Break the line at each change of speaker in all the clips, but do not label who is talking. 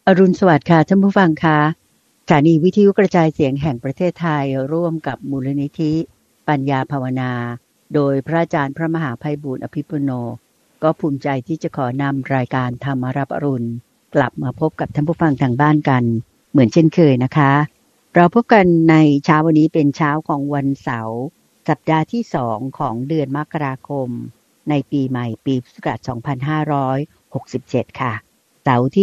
อรุณสวัสดิ์ค่ะท่านผู้ฟังค่ะสถานีวิทยุกระจายเสียงแห่งประเทศไทยร่วมกับมูลนิธิปัญญาภาวนาโดยพระอาจารย์พระมหาไพบูลย์อภิปุโนก็ภูมิใจที่จะขอนำรายการธรรมรับอรุณกลับมาพบกับท่านผู้ฟังทางบ้านกันเหมือนเช่นเคยนะคะเราพบกันในเช้าวันนี้เป็นเช้าของวันเสาร์สัปดาห์ที่2ของเดือนมกราคมในปีใหม่ปีพุทธศักราช2567ค่ะเสาร์ที่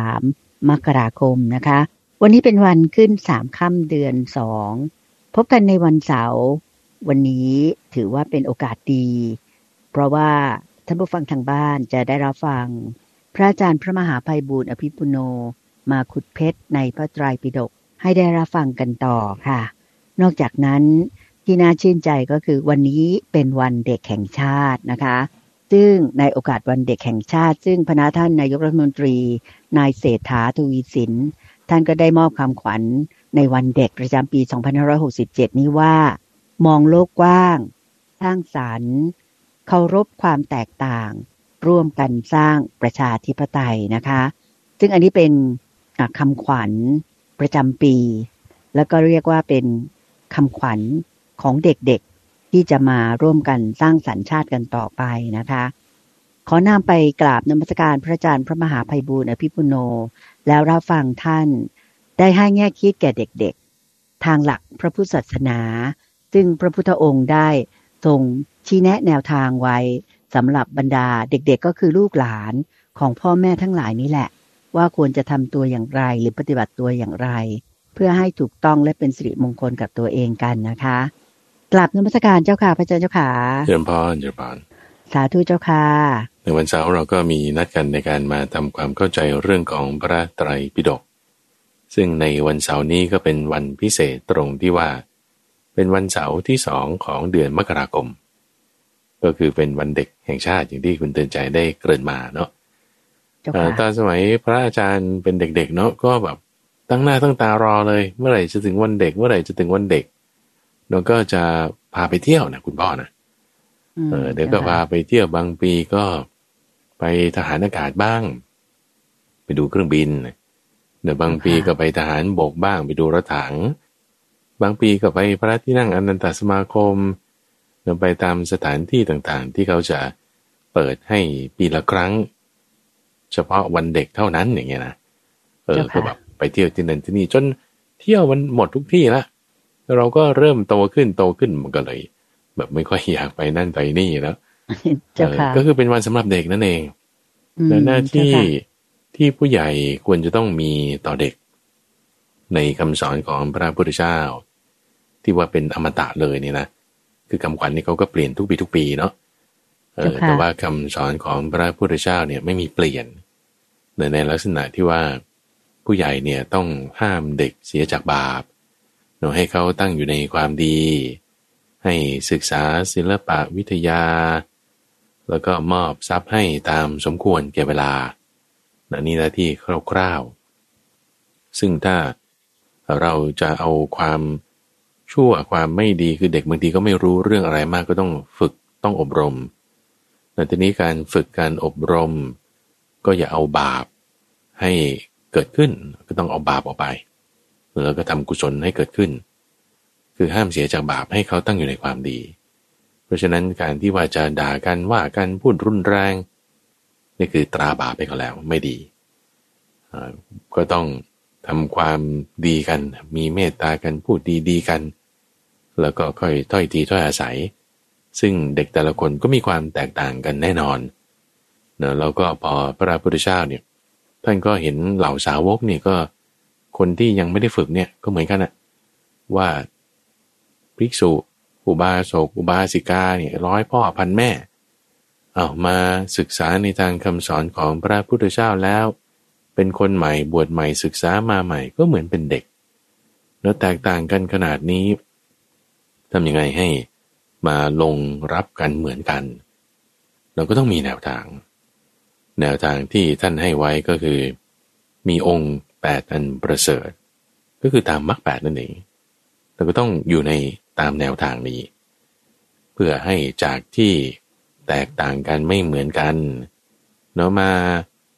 13มกราคมนะคะวันนี้เป็นวันขึ้น3ค่ำเดือน2พบกันในวันเสาร์วันนี้ถือว่าเป็นโอกาสดีเพราะว่าท่านผู้ฟังทางบ้านจะได้รับฟังพระอาจารย์พระมหาไพบูลย์อภิปุโนมาขุดเพชรในพระไตรปิฎกให้ได้รับฟังกันต่อค่ะนอกจากนั้นที่น่าชื่นใจก็คือวันนี้เป็นวันเด็กแห่งชาตินะคะซึ่งในโอกาสวันเด็กแห่งชาติซึ่งพระท่านนายกรัฐมนตรีนายเศรษฐาทวีสินท่านก็ได้มอบคำขวัญในวันเด็กประจำปี2567นี้ว่ามองโลกกว้างสร้างสรรค์เคารพความแตกต่างร่วมกันสร้างประชาธิปไตยนะคะซึ่งอันนี้เป็นคำขวัญประจำปีแล้วก็เรียกว่าเป็นคำขวัญของเด็กๆที่จะมาร่วมกันสร้างสรรค์ชาติกันต่อไปนะคะขอนำไปกราบนมัสการพระอาจารย์พระมหาไพบูลย์อภิปุโนแล้วรับฟังท่านได้ให้แง่คิดแก่เด็กๆทางหลักพระพุทธศาสนาซึ่งพระพุทธองค์ได้ทรงชี้แนะแนวทางไว้สำหรับบรรดาเด็กๆก็คือลูกหลานของพ่อแม่ทั้งหลายนี้แหละว่าควรจะทำตัวอย่างไรหรือปฏิบัติตัวอย่างไรเพื่อให้ถูกต้องและเป็นสิริมงคลกับตัวเองกันนะคะกราบนมัสการเจ้าค่ะพระอาจารย์เจ้าค่ะ
เจริญพรเจริญพร
สาธุเจ้าค่ะ
ในวันเสาร์เราก็มีนัดกันในการมาทำความเข้าใจเรื่องของพระไตรปิฎกซึ่งในวันเสาร์นี้ก็เป็นวันพิเศษตรงที่ว่าเป็นวันเสาร์ที่2ของเดือนมกราคมก็คือเป็นวันเด็กแห่งชาติอย่างที่คุณเตือนใจได้เกริ่นมาเนาะตอนสมัยพระอาจารย์เป็นเด็กๆเนาะก็แบบตั้งหน้าตั้งตารอเลยเมื่อไหร่จะถึงวันเด็กเมื่อไหร่จะถึงวันเด็กเราก็จะพาไปเที่ยวนะคุณพ่อนะเดี๋ยวก็พาไปเที่ยวบางปีก็ไปทหารอากาศบ้างไปดูเครื่องบินเดี๋ยวบางปีก็ไปทหารบกบ้างไปดูรถถังบางปีก็ไปพระที่นั่งอนันตสมาคมเดินไปตามสถานที่ต่างๆที่เขาจะเปิดให้ปีละครั้งเฉพาะวันเด็กเท่านั้นอย่างเงี้ยนะก็แบบไปเที่ยวที่นั่นที่นี่จนเที่ยวมันหมดทุกที่ละเราก็เริ่มโตขึ้นมันก็เลยแบบไม่ค่อยอยากไปนั่นไปนี่แล้วก็คือเป็นวันสำหรับเด็กนั่นเองและหน้าที่ที่ผู้ใหญ่ควรจะต้องมีต่อเด็กในคำสอนของพระพุทธเจ้าที่ว่าเป็นอมตะเลยเนี่ยนะคือคำขวัญนี่เขาก็เปลี่ยนทุกปีเนาะแต่ว่าคำสอนของพระพุทธเจ้าเนี่ยไม่มีเปลี่ยนในลักษณะที่ว่าผู้ใหญ่เนี่ยต้องห้ามเด็กเสียจากบาปเนาะให้เขาตั้งอยู่ในความดีให้ศึกษาศิลปะวิทยาแล้วก็มอบทรัพย์ให้ตามสมควรแก่เวลานี่หน้าที่คร่าวๆซึ่งถ้าเราจะเอาความชั่วความไม่ดีคือเด็กบางทีก็ไม่รู้เรื่องอะไรมากก็ต้องฝึกต้องอบรมแต่ทีนี้การฝึกการอบรมก็อย่าเอาบาปให้เกิดขึ้นก็ต้องเอาบาปออกไปแล้วก็ทำกุศลให้เกิดขึ้นคือห้ามเสียจากบาปให้เขาตั้งอยู่ในความดีเพราะฉะนั้นการที่ว่าจะด่ากันว่ากันพูดรุนแรงนี่คือตราบาปไปเขาแล้วไม่ดีก็ต้องทำความดีกันมีเมตตากันพูดดีๆกันแล้วก็ค่อยถ้อยทีถ้อยอาศัยซึ่งเด็กแต่ละคนก็มีความแตกต่างกันแน่นอนนะแล้วก็พอพระพุทธเจ้าเนี่ยท่านก็เห็นเหล่าสาวกเนี่ยก็คนที่ยังไม่ได้ฝึกเนี่ยก็เหมือนกันนะว่าภิกษุอุบาสกอุบาสิกาเนี่ยร้อยพ่อพันแม่เอามาศึกษาในทางคำสอนของพระพุทธเจ้าแล้วเป็นคนใหม่บวชใหม่ศึกษามาใหม่ก็เหมือนเป็นเด็กแล้วแตกต่างกันขนาดนี้ทำยังไงให้มาลงรับกันเหมือนกันเราก็ต้องมีแนวทางที่ท่านให้ไว้ก็คือมีองค์8อันประเสริฐก็คือตามมรรค8นั่นเองเราก็ต้องอยู่ในตามแนวทางนี้เพื่อให้จากที่แตกต่างกันไม่เหมือนกันเนาะมา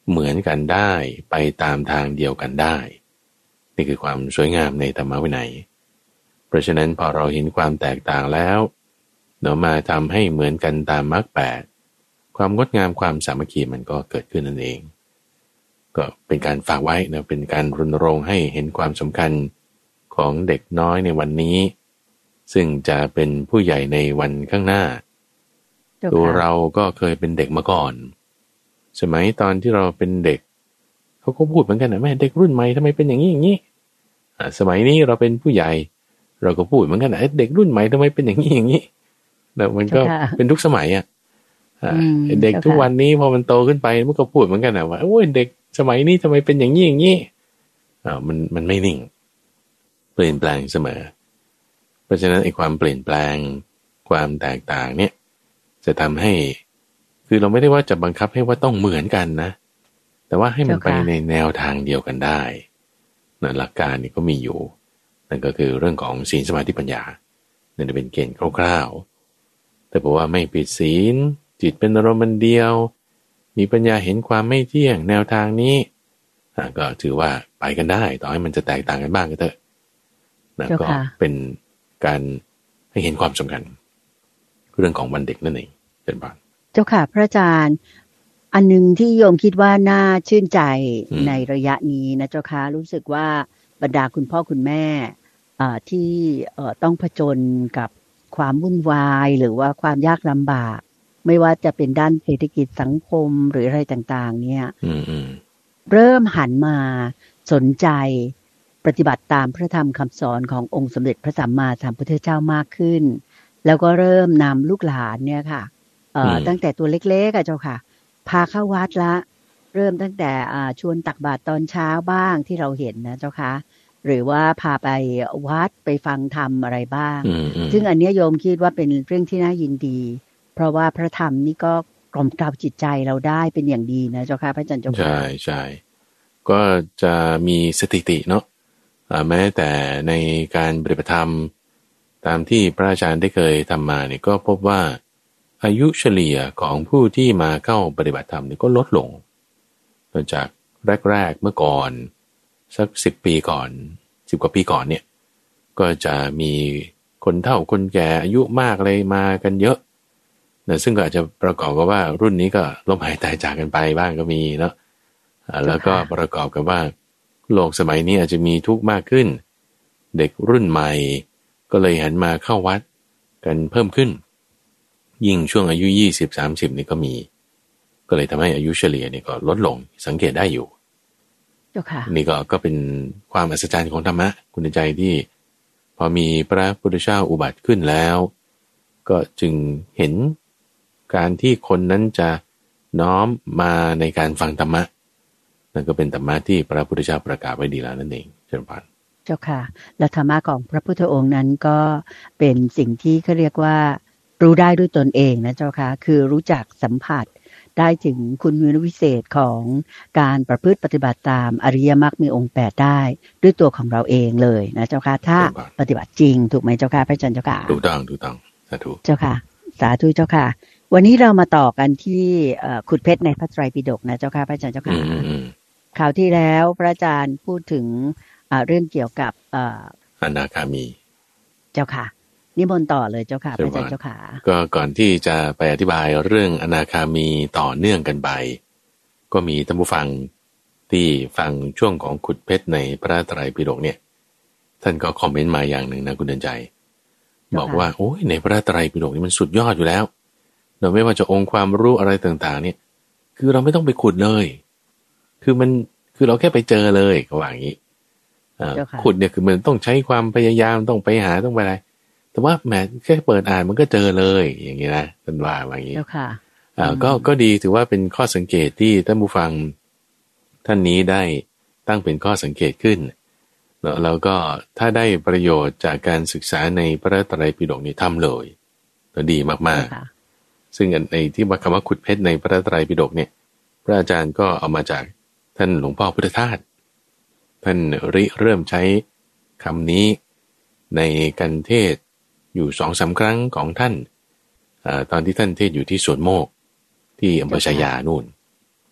เหมือนกันได้ไปตามทางเดียวกันได้นี่คือความสวยงามในธรรมวินัยเพราะฉะนั้นพอเราเห็นความแตกต่างแล้วเรามาทำให้เหมือนกันตามมรรคแปดความงดงามความสามัคคีมันก็เกิดขึ้นนั่นเองก็เป็นการฝากไว้นะเป็นการรณรงค์ให้เห็นความสำคัญของเด็กน้อยในวันนี้ซึ่งจะเป็นผู้ใหญ่ในวันข้างหน้าตัวเราก็เคยเป็นเด็กมาก่อนสมัยตอนที่เราเป็นเด็กเขาก็พูดเหมือนกันนะแม่เด็กรุ่นใหม่ทำไมเป็นอย่างนี้อย่างนี้สมัยนี้เราเป็นผู้ใหญ่เราก็พูดเหมือนกันนะเด็กรุ่นใหม่ทำไมเป็นอย่างนี้อย่างนี้แล้วมันก็เป็นทุกสมัยอ่ะเด็กทุกวันนี้พอมันโตขึ้นไปมันก็พูดเหมือนกันนะว่าโอ้ยเด็กสมัยนี้ทำไมเป็นอย่างนี้อย่างนี้มันไม่นิ่งเปลี่ยนแปลงเสมอเพราะฉะนั้นไอ้ความเปลี่ยนแปลงความแตกต่างเนี่ยจะทำให้คือเราไม่ได้ว่าจะบังคับให้ว่าต้องเหมือนกันนะแต่ว่าให้มันไปในแนวทางเดียวกันได้นั่นหลักการนี่ก็มีอยู่นั่นก็คือเรื่องของศีลสมาธิปัญญานั่นจะเป็นเกณฑ์คร่าวๆแต่บอกว่าไม่ผิดศีลจิตเป็นอารมณ์เดียวมีปัญญาเห็นความไม่เที่ยงแนวทางนี้ก็ถือว่าไปกันได้ต่อให้มันจะแตกต่างกันบ้างก็เถอะนะก็เป็นการให้เห็นความสำคัญเรื่องของวันเด็กนั่นเองเป็นบ้าง
เจ้าค่ะพระอาจารย์อันนึงที่โยมคิดว่าน่าชื่นใจในระยะนี้นะเจ้าค่ะรู้สึกว่าบรรดาคุณพ่อคุณแม่ที่ต้องผจญกับความวุ่นวายหรือว่าความยากลำบากไม่ว่าจะเป็นด้านเศรษฐกิจสังคมหรืออะไรต่างๆเนี่ยเริ่มหันมาสนใจปฏิบัติตามพระธรรมคำสอนขององค์สมเด็จพระสัมมาสัมพุทธเจ้ามากขึ้นแล้วก็เริ่มนำลูกหลานเนี่ยค่ะตั้งแต่ตัวเล็กๆเจ้าค่ะพาเข้าวัดละเริ่มตั้งแต่ชวนตักบาตรตอนเช้าบ้างที่เราเห็นนะเจ้าค่ะหรือว่าพาไปวัดไปฟังธรรมอะไรบ้างซึ่งอันนี้โยมคิดว่าเป็นเรื่องที่น่ายินดีเพราะว่าพระธรรมนี่ก็กล่อมกล่าวจิตใจเราได้เป็นอย่างดีนะเจ้าค่ะพระอาจารย์เจ้าค่ะ
ใช่ก็จะมีสถิติเนาะแม้แต่ในการปฏิบัติธรรมตามที่พระอาจารย์ได้เคยทำมาเนี่ยก็พบว่าอายุเฉลี่ยของผู้ที่มาเข้าปฏิบัติธรรมนี่ก็ลดลงจากแรกๆเมื่อก่อนสัก10 ปีก่อน10 กว่าปีก่อนเนี่ยก็จะมีคนเฒ่าคนแก่อายุมากเลยมากันเยอะนะซึ่งก็อาจจะประกอบกับว่ารุ่นนี้ก็ล้มหายตายจากกันไปบ้างก็มีเนาะแล้วก็ประกอบกับว่าโลกสมัยนี้อาจจะมีทุกข์มากขึ้นเด็กรุ่นใหม่ก็เลยหันมาเข้าวัดกันเพิ่มขึ้นยิ่งช่วงอายุ20-30นี่ก็มีก็เลยทำให้อายุเฉลี่ยนี่ก็ลดลงสังเกตได้อยู่นี่ก็เป็นความอัศจรรย์ของธรรมะคุณใจที่พอมีพระพุทธเจ้าอุบัติขึ้นแล้วก็จึงเห็นการที่คนนั้นจะน้อมมาในการฟังธรรมะนั่นก็เป็นธรรมะที่พระพุทธเจ้าประกาศไว้ดีแล้วนั่นเองเชิญพาน
เจ้าค่ะและธรรมะของพระพุทธองค์นั้นก็เป็นสิ่งที่เขาเรียกว่ารู้ได้ด้วยตนเองนะเจ้าค่ะคือรู้จักสัมผัสได้ถึงคุณวิเศษของการประพฤติปฏิบัติตามอริยมรรคมีองค์8ได้ด้วยตัวของเราเองเลยนะเจ้าค่ะถ้าปฏิบัติจริงถูกไหมเจ้าค่ะพระอาจารย์เจ้าค่ะ
ถูกต้องสาธุ
เจ้าค่ะสาธุเจ้าค่ะวันนี้เรามาต่อกันที่ขุดเพชรในพระไตรปิฎกนะเจ้าค่ะพระอาจารย์เจ้าค่ะคราวที่แล้วพระอาจารย์พูดถึงเรื่องเกี่ยวกับ
อนาคามี
เจ้าค่ะนิมนต์ต่อเลยเจ้าค่ะพระอาจารย์เจ้าค่ะ
ก็ก่อนที่จะไปอธิบายเรื่องอนาคามีต่อเนื่องกันไปก็มีท่านผู้ฟังที่ฟังช่วงของขุดเพชรในพระไตรปิฎกเนี่ยท่านก็คอมเมนต์มาอย่างหนึ่งนะคุณเดินใจบอกว่าโอ้ยในพระไตรปิฎกนี่มันสุดยอดอยู่แล้วเราไม่ว่าจะองค์ความรู้อะไรต่างๆเนี่ยคือเราไม่ต้องไปขุดเลยคือเราแค่ไปเจอเลยก็ว่าอย่างนี้ขุดเนี่ยคือมันต้องใช้ความพยายามต้องไปหาต้องไปอะไรแต่ว่าแหมแค่เปิดอ่านมันก็เจอเลยอย่างนี้นะท่านว่าอย่างนี้ก็ดีถือว่าเป็นข้อสังเกตที่ท่านผู้ฟังท่านนี้ได้ตั้งเป็นข้อสังเกตขึ้นแล้วก็ถ้าได้ประโยชน์จากการศึกษาในพระไตรปิฎกนี่ทำเลยดีมากๆซึ่งในที่คำว่าขุดเพชรในพระไตรปิฎกเนี่ยพระอาจารย์ก็เอามาจากท่านหลวงพ่อพุทธทาสท่านเริ่มใช้คำนี้ในการเทศอยู่2-3 ครั้งของท่านตอนที่ท่านเทศอยู่ที่สวนโมกที่อำเภอชายานู่น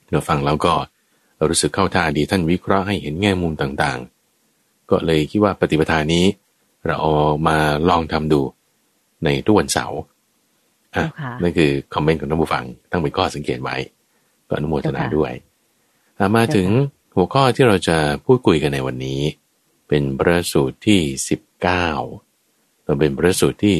เราฟังแล้วก็รู้สึกเข้าท่าดีท่านวิเคราะห์ให้เห็นแง่มุมต่างๆก็เลยคิดว่าปฏิปทานี้เราเอามาลองทำดูในทุกวันเสาร์นั่นคือคอมเมนต์ของท่านผู้ฟังตั้งเป็นข้อสังเกตไว้ก็อนุโมทนาด้วยมาถึงหัวข้อที่เราจะพูดคุยกันในวันนี้เป็นพระสูตรที่19เป็นพระสูตรที่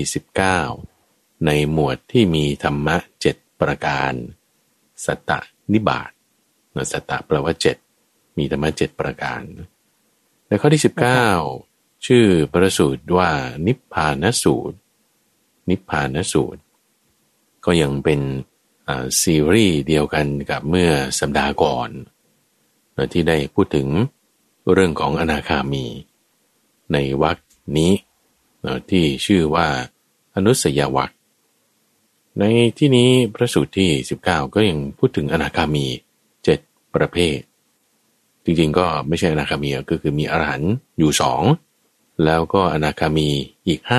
19ในหมวดที่มีธรรมะ7ประการสัตตนิบาตสัตตะแปลว่า7มีธรรมะ7ประการในข้อที่19ชื่อพระสูตรว่านิพพานสูตรนิพพานสูตรก็ยังเป็นซีรีส์เดียวกันกับเมื่อสัปดาห์ก่อนที่ได้พูดถึงเรื่องของอนาคามีในวรรคนี้ที่ชื่อว่าอนุสยวรรคในที่นี้พระสูตรที่19ก็ยังพูดถึงอนาคามี7ประเภทจริงๆก็ไม่ใช่อนาคามีก็คือมีอรหันต์อยู่2แล้วก็อนาคามีอีก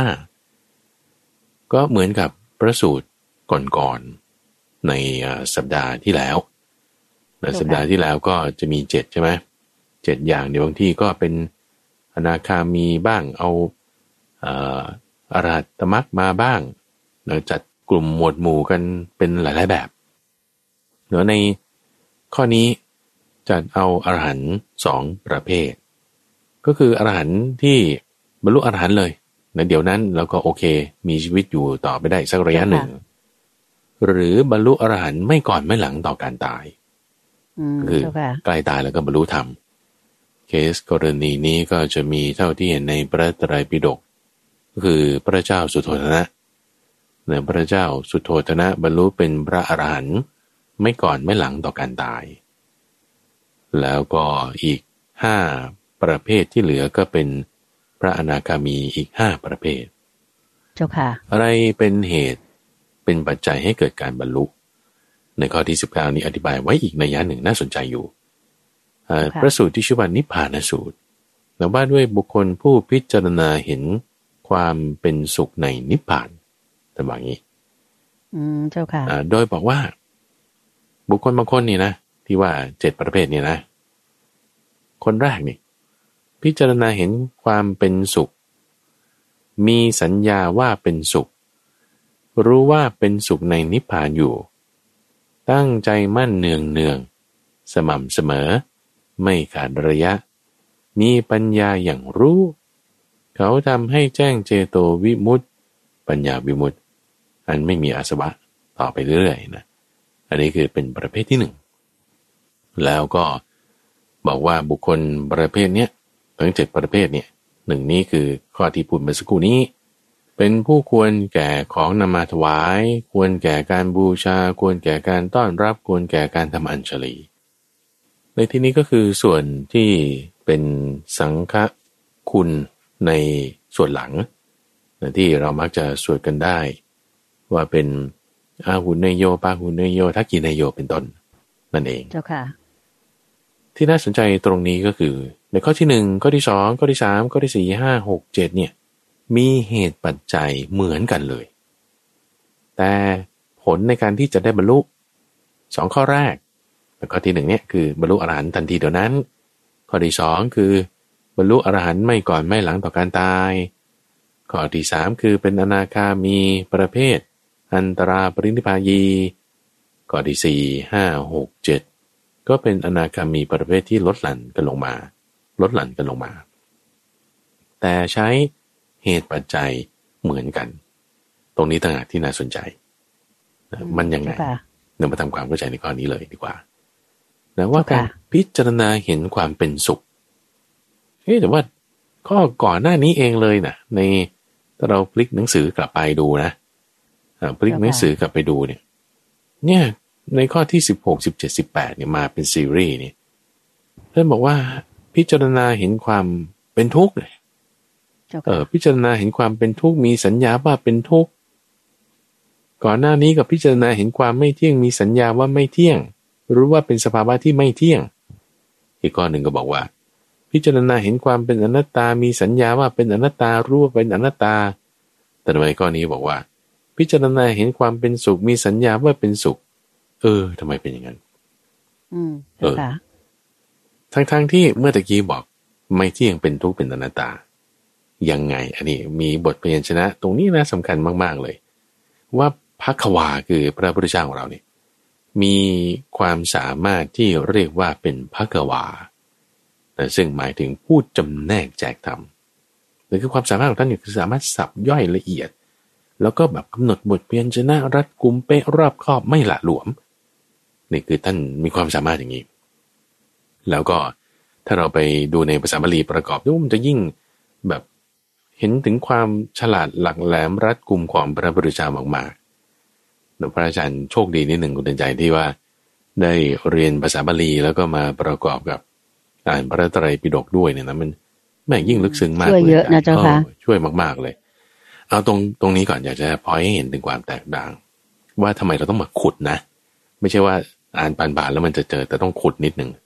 5ก็เหมือนกับพระสูตรก่อนๆในสัปดาห์ที่แล้วสัปดาห์ที่แล้วก็จะมี7ใช่ไหม7อย่างเดี๋ยวบางที่ก็เป็นอนาคามีบ้างเอาอรหัตตมรรคมาบ้างจัดกลุ่มหมวดหมู่กันเป็นหลายๆแบบในข้อนี้จัดเอาอรหันต์2ประเภทก็คืออรหันต์ที่บรรลุอรหันต์เลยเดี๋ยวนั้นแล้วก็โอเคมีชีวิตอยู่ต่อไปได้สักระยะหนึ่งหรือบรรลุอรหันต์ไม่ก่อนไม่หลังต่อการตายคือใกล้ตายแล้วก็บรรลุธรรมเคสกรณีนี้ก็จะมีเท่าที่เห็นในพระไตรปิฎกก็คือพระเจ้าสุโธทนะพระเจ้าสุโธทนะบรรลุเป็นพระอรหันต์ไม่ก่อนไม่หลังต่อการตายแล้วก็อีก5ประเภทที่เหลือก็เป็นพระอนาคามีอีก5ประเภท
เจ้าค่ะ
อะไรเป็นเหตุเป็นปัจจัยให้เกิดการบรรลุในข้อที่19นี้อธิบายไว้อีกนัยยะหนึ่งน่าสนใจอยู่พระสูตรที่ชื่อว่านิพพานสูตรแต่ว่าด้วยบุคคลผู้พิจารณาเห็นความเป็นสุขในนิพพานแต่บางนี้
เจ้าค่ะ
โดยบอกว่าบุคคลบางคนนี่นะที่ว่า7ประเภทนี่นะคนแรกนี่พิจารณาเห็นความเป็นสุขมีสัญญาว่าเป็นสุขรู้ว่าเป็นสุขในนิพพานอยู่ตั้งใจมั่นเนืองสม่ำเสมอไม่ขาดระยะมีปัญญาอย่างรู้เขาทำให้แจ้งเจโตวิมุตติปัญญาวิมุตติอันไม่มีอาสวะต่อไปเรื่อยๆนะอันนี้คือเป็นประเภทที่1แล้วก็บอกว่าบุคคลประเภทเนี้ยทั้ง7ประเภทเนี่ย1นี้คือข้อที่พูดเมื่อสักครู่นี้เป็นผู้ควรแก่ของนำมาถวายควรแก่การบูชาควรแก่การต้อนรับควรแก่การทำอัญชลีในที่นี้ก็คือส่วนที่เป็นสังฆคุณในส่วนหลังที่เรามักจะสวดกันได้ว่าเป็นอาหุเนโยปาหุเนโยทักกิเนโยเป็นต้นนั่นเอง
เจ้าค่ะ
ที่น่าสนใจตรงนี้ก็คือในข้อที่1ข้อที่2ข้อที่3ข้อที่4 5 6 7เนี่ยมีเหตุปัจจัยเหมือนกันเลยแต่ผลในการที่จะได้บรรลุ2ข้อแรกข้อที่1เนี่ยคือบรรลุอรหันต์ทันทีเดี๋ยวนั้นข้อที่2คือบรรลุอรหันต์ไม่ก่อนไม่หลังต่อการตายข้อที่3คือเป็นอนาคามีประเภทอันตราปรินิพพายีข้อที่4 5 6 7ก็เป็นอนาคามีประเภทที่ลดหลั่นกันลงมาแต่ใช้เหตุปัจจัยเหมือนกันตรงนี้ต่างหากที่น่าสนใจมันยังไงเรามาทำความเข้าใจในข้อนี้เลยดีกว่านะว่าการพิจารณาเห็นความเป็นสุขแต่ว่าข้อก่อนหน้านี้เองเลยนะในถ้าเราพลิกหนังสือกลับไปดูนะพลิกหนังสือกลับไปดูเนี่ยในข้อที่16 17 18เนี่ยมาเป็นซีรีส์นี่ท่านบอกว่าพิจารณาเห็นความเป็นทุกข์เลยพิจารณาเห็นความเป็นทุกข์มีสัญญาว่าเป็นทุกข์ก่อนหน้านี้กับพิจารณาเห็นความไม่เที่ยงมีสัญญาว่าไม่เที่ยงรู้ว่าเป็นสภาวะที่ไม่เที่ยงอีกข้อหนึ่งก็บอกว่าพิจารณาเห็นความเป็นอนัตตามีสัญญาว่าเป็นอนัตตารู้ว่าเป็นอนัตตาแต่ในข้อนี้บอกว่าพิจารณาเห็นความเป็นสุขมีสัญญาว่าเป็นสุขทำไมเป็นอย่างนั้น
เจ้าค่ะ
ทั้งที่เมื่อตะกี้บอกไม่เที่ยงเป็นทุกข์เป็นอนัตตายังไงอันนี้มีบทพยัญชนะตรงนี้นะสำคัญมากๆเลยว่าภควาคือพระพุทธเจ้าของเราเนี่ยมีความสามารถที่เรียกว่าเป็นภควาซึ่งหมายถึงพูดจำแนกแจกธรรมนั่นคือความสามารถของท่านคือสามารถสับย่อยละเอียดแล้วก็แบบกำหนดบทพยัญชนะรัดกุมเป๊ะรอบคอบไม่หละหลวมนี่คือท่านมีความสามารถอย่างนี้แล้วก็ถ้าเราไปดูในภาษาบาลีประกอบด้วยมันจะยิ่งแบบเห็นถึงความฉลาดหลักแหลมรัดกุมของพระพุทธเจ้ามากๆพระอาจารย์โชคดีนิดหนึ่งคุณใจที่ว่าได้เรียนภาษาบาลีแล้วก็มาประกอบกับอ่านพระไตรปิฎกด้วยเนี่ยนะมันแม่งยิ่งลึกซึ้งมากเลยช่วย
เยอะนะเจ้าค่ะ
ช่วยมากๆเลยเอาตรงนี้ก่อนอยากจะพอยให้เห็นถึงความแตกต่างว่าทำไมเราต้องมาขุดนะไม่ใช่ว่าอ่านผ่านๆแล้วมันจะเจอแต่ต้องขุดนิดหนึ่ง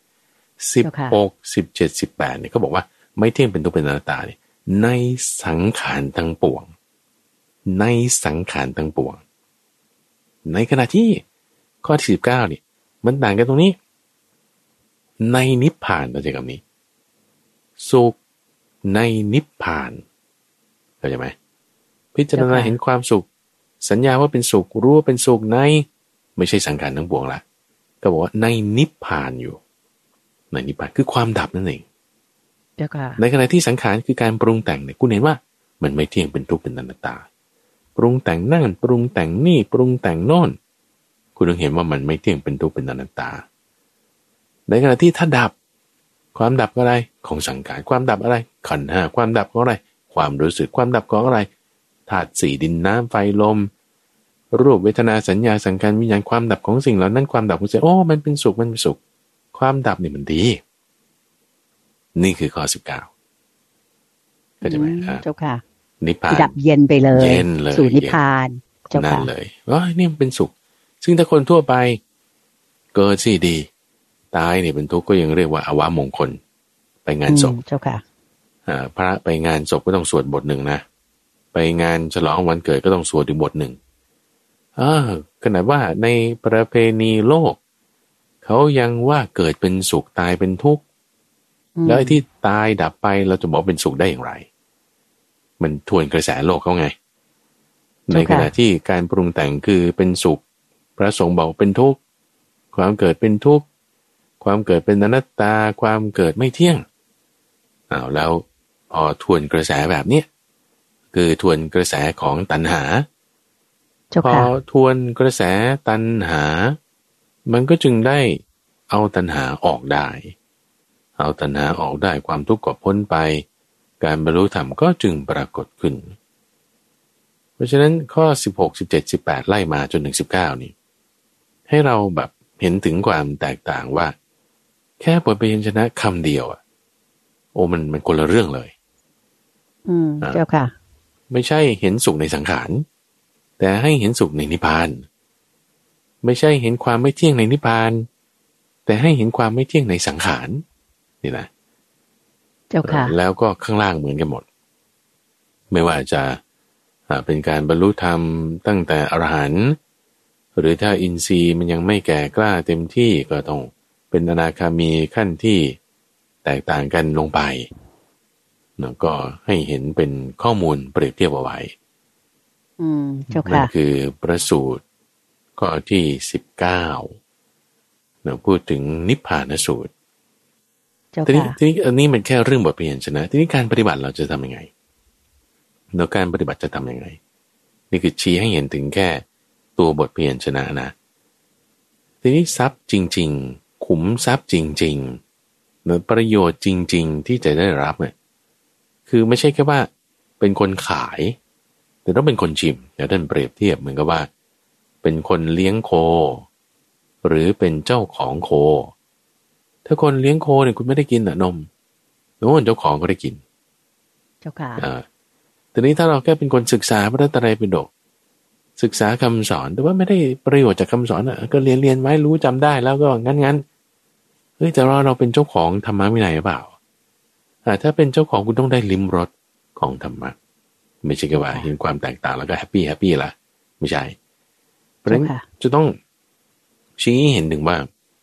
16 17 18เนี่ยเขาบอกว่าไม่เที่ยงเป็นทุกข์เป็นอนัตตาเนี่ยในสังขารทั้งปวงในสังขารทั้งปวงในขณะที่ข้อที่19เนี่ยมันต่างกันตรงนี้ในนิพพานเราใช้คำนี้สุขในนิพพานเข้าใจไหมพิจารณาเห็นความสุขสัญญาว่าเป็นสุขรู้ว่าเป็นสุขในไม่ใช่สังขารทั้งปวงละก็บอกว่าในนิพพานอยู่ในนิพพานคือความดับนั่นเองในขณะที่สังขารคือการปรุงแต่งเนี่ยคุณเห็นว่ามันไม่เที่ยงเป็นทุกข์เป็นอนัตตาปรุงแต่งนั่นปรุงแต่งนี่ปรุงแต่งโน่นคุณต้องเห็นว่ามันไม่เที่ยงเป็นทุกข์เป็นอนัตตาในขณะที่ถ้าดับความดับอะไรของสังขารความดับอะไรขันธ์ห้าความดับของอะไรความรู้สึกความดับของอะไรธาตุสี่ดินน้ำไฟลมรูปเวทนาสัญญาสังขารวิญญาณความดับของสิ่งเหล่านั้นความดับของสิ่งมันเป็นสุขมันเป็นสุขความดับนี่มันดีนี่คือข้อ19เข้าใจไหม
เจ้าค่ะ
นิพพาน
ดับเย็นไปเลย
เย็นเลย
สู่นิพพาน
เจ้าค่ะนั่นเลยนี่มันเป็นสุขซึ่งถ้าคนทั่วไปเกิดสิดีตายเนี่ยเป็นทุกข์ก็ยังเรียกว่าอวมงคลไปงานศพ
เจ้าค่ะ
พระไปงานศพก็ต้องสวดบทหนึ่งนะไปงานฉลองวันเกิดก็ต้องสวดอีกบทหนึ่งขนาดว่าในประเพณีโลกเขายังว่าเกิดเป็นสุขตายเป็นทุกข์แล้วไอ้ที่ตายดับไปเราจะบอกเป็นสุขได้อย่างไรมันทวนกระแสโลกเขาไงในขณะที่การปรุงแต่งคือเป็นสุขพระสงฆ์บอกเป็นทุกข์ความเกิดเป็นทุกข์ความเกิดเป็นอนัตตาความเกิดไม่เที่ยงแล้วพอทวนกระแสแบบนี้คือทวนกระแสของตัณหาพอทวนกระแสตัณหามันก็จึงได้เอาตัณหาออกได้เอาตัณหาออกได้ความทุกข์ก็พ้นไปการบรรลุธรรมก็จึงปรากฏขึ้นเพราะฉะนั้นข้อ16 17 18ไล่มาจนถึง19นี่ให้เราแบบเห็นถึงความแตกต่างว่าแค่บทพยัญชนะคำเดียวมันคนละเรื่องเลย
เจ้าค่ะ
ไม่ใช่เห็นสุขในสังขารแต่ให้เห็นสุขในนิพพานไม่ใช่เห็นความไม่เที่ยงในนิพพานแต่ให้เห็นความไม่เที่ยงในสังขารนี่นะ
เจ้าค่ะ
แล้วก็ข้างล่างเหมือนกันหมดไม่ว่าจะเป็นการบรรลุธรรมตั้งแต่อรหันต์หรือถ้าอินทรีย์มันยังไม่แก่กล้าเต็มที่ก็ต้องเป็นอนาคามีขั้นที่แตกต่างกันลงไปแล้วก็ให้เห็นเป็นข้อมูลเปรียบเทียบเอาไว้
เจ้าค่ะ
นั่นคือประสูตรข้อที่19เราพูดถึงนิพพานสูตรทีนี้อันนี้มันแค่เรื่องบทพยัญชนะทีนี้การปฏิบัติเราจะทำยังไงแล้วการปฏิบัติจะทำยังไงนี่คือชี้ให้เห็นถึงแค่ตัวบทพยัญชนะนะทีนี้ทรัพย์จริงๆขุมทรัพย์จริงๆหรือประโยชน์จริงๆที่จะได้รับเนี่ยคือไม่ใช่แค่ว่าเป็นคนขายแต่ต้องเป็นคนชิมเดี๋ยวท่านเปรียบเทียบเหมือนกับว่าเป็นคนเลี้ยงโคหรือเป็นเจ้าของโคถ้าคนเลี้ยงโคเนี่ยคุณไม่ได้กินนมโน่นเจ้าของก็ได้กิน
เจ้าค่ะ
ทีนี้ถ้าเราแค่เป็นคนศึกษาพระไตรปิฎกศึกษาคำสอนแต่ว่าไม่ได้ประโยชน์จากคำสอนก็เรียนไว้รู้จำได้แล้วก็งั้นเฮ้ยแต่เราเป็นเจ้าของธรรมะวินัยหรือเปล่าถ้าเป็นเจ้าของคุณต้องได้ลิ้มรสของธรรมะไม่ใช่แค่ว่าเห็นความแตกต่างแล้วก็แฮปปี้ละไม่ใช่เพราะฉะนั้นจะต้องชี้เห็นถึงว่า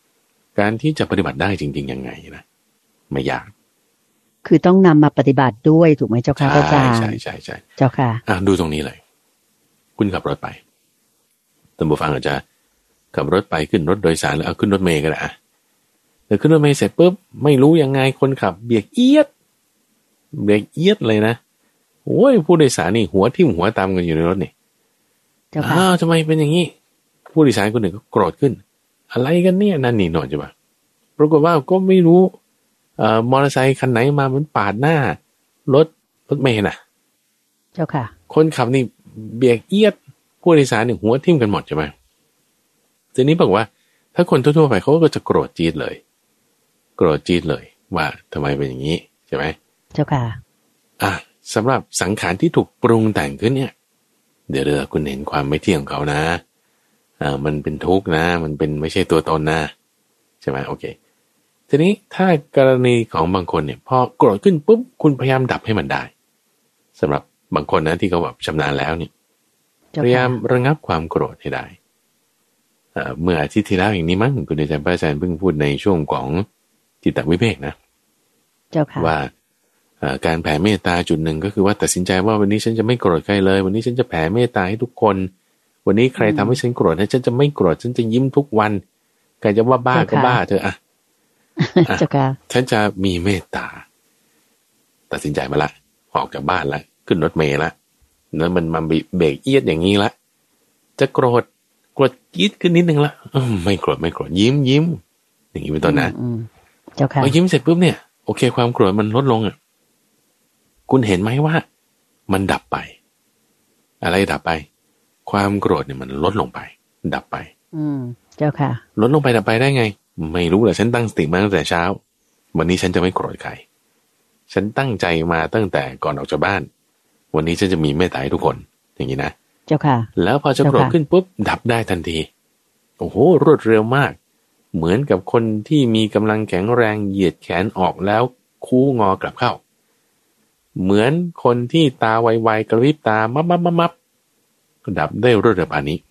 การที่จะปฏิบัติได้จริงๆยังไงนะไม่ยาก
คือต้องนำมาปฏิบัติด้วยถูกไหมเจ้าค่ะอาจารย์
ใช่ใช่ใช่
เจ้าค่ะ
ดูตรงนี้เลยคุณขับรถไปท่านผู้ฟังอาจจะขับรถไปขึ้นรถโดยสารแล้วเอาขึ้นรถเมล์ก็ได้แต่ขึ้นรถเมล์เสร็จปุ๊บไม่รู้ยังไงคนขับเบรกเอียดเลยนะโอ้ยผู้โดยสารนี่หัวทิ่มหัวตามกันอยู่ในรถนี่ทำไมเป็นอย่างนี้ผู้โดยสารคนหนึ่งก็โกรธขึ้นอะไรกันเนี่ยนั่นนี่หน่อยจ้ะป่ะปรากฏว่าก็ไม่รู้มอเตอร์ไซค์คันไหนมามันปาดหน้ารถเมล์น่ะ
เจ้าค่ะ
คนขับนี่เบรกเอียดผู้โดยสารนี่หัวทิ่มกันหมดใช่ไหมทีนี้บอกว่าถ้าคนทั่วๆไปเขาก็จะโกรธจี๊ดเลยว่าทำไมเป็นอย่างนี้ใช่ไหม
เจ้าค่ะ
สำหรับสังขารที่ถูกปรุงแต่งขึ้นเนี่ยเดี๋ยวคุณเห็นความไม่เที่ยงของเขานะมันเป็นทุกข์นะมันเป็นไม่ใช่ตัวตนนะใช่ไหมโอเคทีนี้ถ้ากรณีของบางคนเนี่ยพอโกรธขึ้นปุ๊บคุณพยายามดับให้มันได้สำหรับบางคนนะที่เขาแบบชำนาญแล้วเนี่ยพยายามระงับความโกรธให้ได้เมื่ออาทิตย์ที่แล้วอย่างนี้มั้งคุณอาจารย์พระอาจารย์เพิ่งพูดในช่วงของจิตตวิเวกนะ
เจ้าค่ะ
ว่าการแผ่เมตตาจุดหนึ่งก็คือว่าตัดสินใจว่าวันนี้ฉันจะไม่โกรธใครเลยวันนี้ฉันจะแผ่เมตตาให้ทุกคนวันนี้ใครทำให้ฉันโกรธฉันจะไม่โกรธฉันจะยิ้มทุกวันใครจะว่าบ้าก็บ้าเถอะฉันจะมีเมตตาตัดสินใจมาละออกจากบ้านละขึ้นรถเมล์ละแล้วมันมาเบรกเอียดอย่างนี้ละจะโกรธจี๊ดขึ้นนิดนึงละไม่โกรธยิ้มอย่างนี้เป็นต้นนะพอยิ้มเสร็จปุ๊บเนี่ยโอเคความโกรธมันลดลงอ่ะคุณเห็นไหมว่ามันดับไปอะไรดับไปความโกรธเนี่ยมันลดลงไปดับไป
เจ้าค่ะ
ลดลงไปดับไปได้ไงไม่รู้แหละฉันตั้งสติมาตั้งแต่เช้าวันนี้ฉันจะไม่โกรธใครฉันตั้งใจมาตั้งแต่ก่อนออกจากบ้านวันนี้ฉันจะมีเมตตาให้ทุกคนอย่างนี้นะ
เจ้าค่ะ
แล้วพอจะโกรธขึ้นปุ๊บดับได้ทันทีโอ้โหรวดเร็วมากเหมือนกับคนที่มีกำลังแข็งแรงเหยียดแขนออกแล้วคู้งอกลับเข้าเหมือนคนที่ตาไวๆกระพริบตามับก็ดับได้รวดเร็วปานนี้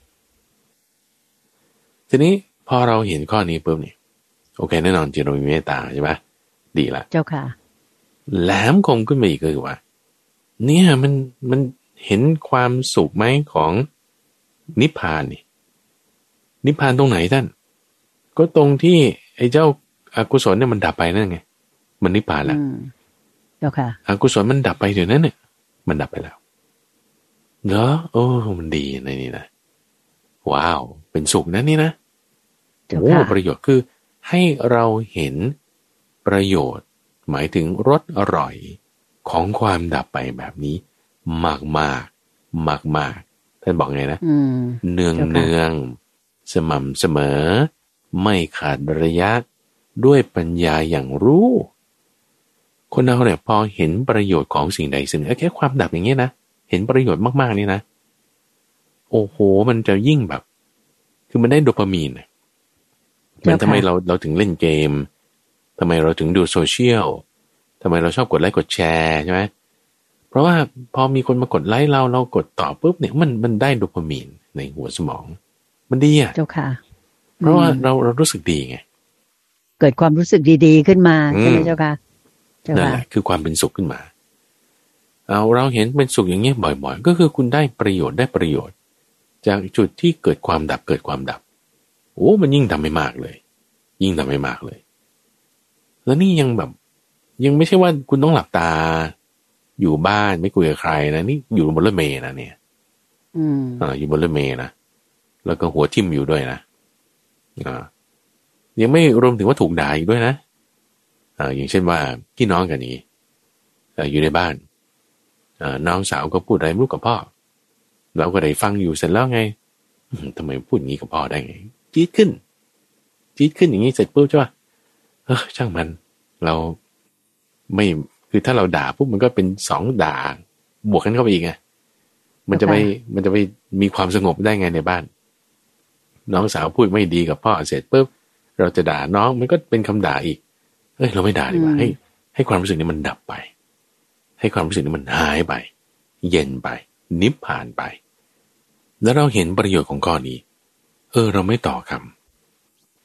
ทีนี้พอเราเห็นข้อนี้ปุ๊บนี่โอเคแน่นอนจิตเรามีเมตตาใช่ไหมดีละ
เจ้าค่ะ
แหลมคมขึ้นไปอีกก็คือว่าเนี่ยมันเห็นความสุขไหมของนิพพานนี่นิพพานตรงไหนท่านก็ตรงที่ไอ้เจ้าอกุศลเนี่ยมันดับไปนั่นไงมันนิพพานแล้ว
เจ้าค่ะ
อกุศลมันดับไปเดี๋ยวนั้นเนี่ยมันดับไปแล้วเหรอโอ้มันดีในนี่นะว้าวเป็นสุขนะนี่นะโอ้ประโยชน์คือให้เราเห็นประโยชน์หมายถึงรสอร่อยของความดับไปแบบนี้มากท่านบอกไงนะเนืองสม่ำเสมอไม่ขาดระยะด้วยปัญญาอย่างรู้คนเราเนี่ยพอเห็นประโยชน์ของสิ่งใดสิ่งหนึ่งแค่ความดับอย่างเงี้ยนะเห็นประโยชน์มากๆนี่นะโอ้โหมันจะยิ่งแบบคือมันได้โดปามีนมันทำไมเราถึงเล่นเกมทำไมเราถึงดูโซเชียลทำไมเราชอบกดไลค์กดแชร์ใช่ไหมเพราะว่าพอมีคนมากดไลค์เรากดตอบปุ๊บเนี่ยมันได้โดปามีนในหัวสมองมันดีอ่ะ
เจ้าค่ะ
เพราะว่าเรารู้สึกดีไง
เกิดความรู้สึกดีๆขึ้นมาใช่ไหมเจ้าค่ะ
นั่นแหละคือความเป็นสุขขึ้นมาเราเห็นเป็นสุขอย่างเงี้ยบ่อยๆก็คือคุณได้ประโยชน์จากจุดที่เกิดความดับโอ้มันยิ่งทำให้มากเลยแล้วนี่ยังแบบยังไม่ใช่ว่าคุณต้องหลับตาอยู่บ้านไม่คุยกับใครนะนี่อยู่บนรถเมล์นะเนี่ยอยู่บนรถเมล์นะแล้วก็หัวทิ่มอยู่ด้วยนะยังไม่รวมถึงว่าถูกด่าอีกด้วยนะอย่างเช่นว่าพี่น้องกันนี้อยู่ในบ้านน้องสาวก็พูดอะไรไม่รู้กับพ่อเราก็ได้ฟังอยู่เสร็จแล้วไงทำไมพูดอย่างนี้กับพ่อได้ไงจี๊ดขึ้นอย่างนี้เสร็จปุ๊บใช่ป่ะช่างมันเราไม่คือถ้าเราด่าปุ๊บมันก็เป็นสองด่าบวกกันเข้าไปอีกไงมันจะไปมีความสงบได้ไงในบ้านน้องสาวพูดไม่ดีกับพ่อเสร็จปุ๊บเราจะด่าน้องมันก็เป็นคำด่าอีกเราไม่ด่าดีกว่าให้ความรู้สึกนี้มันดับไปให้ความรู้สึกนี้มันหายไปเย็นไปนิพพานไปแล้วเราเห็นประโยชน์ของข้อนี้เราไม่ต่อคำ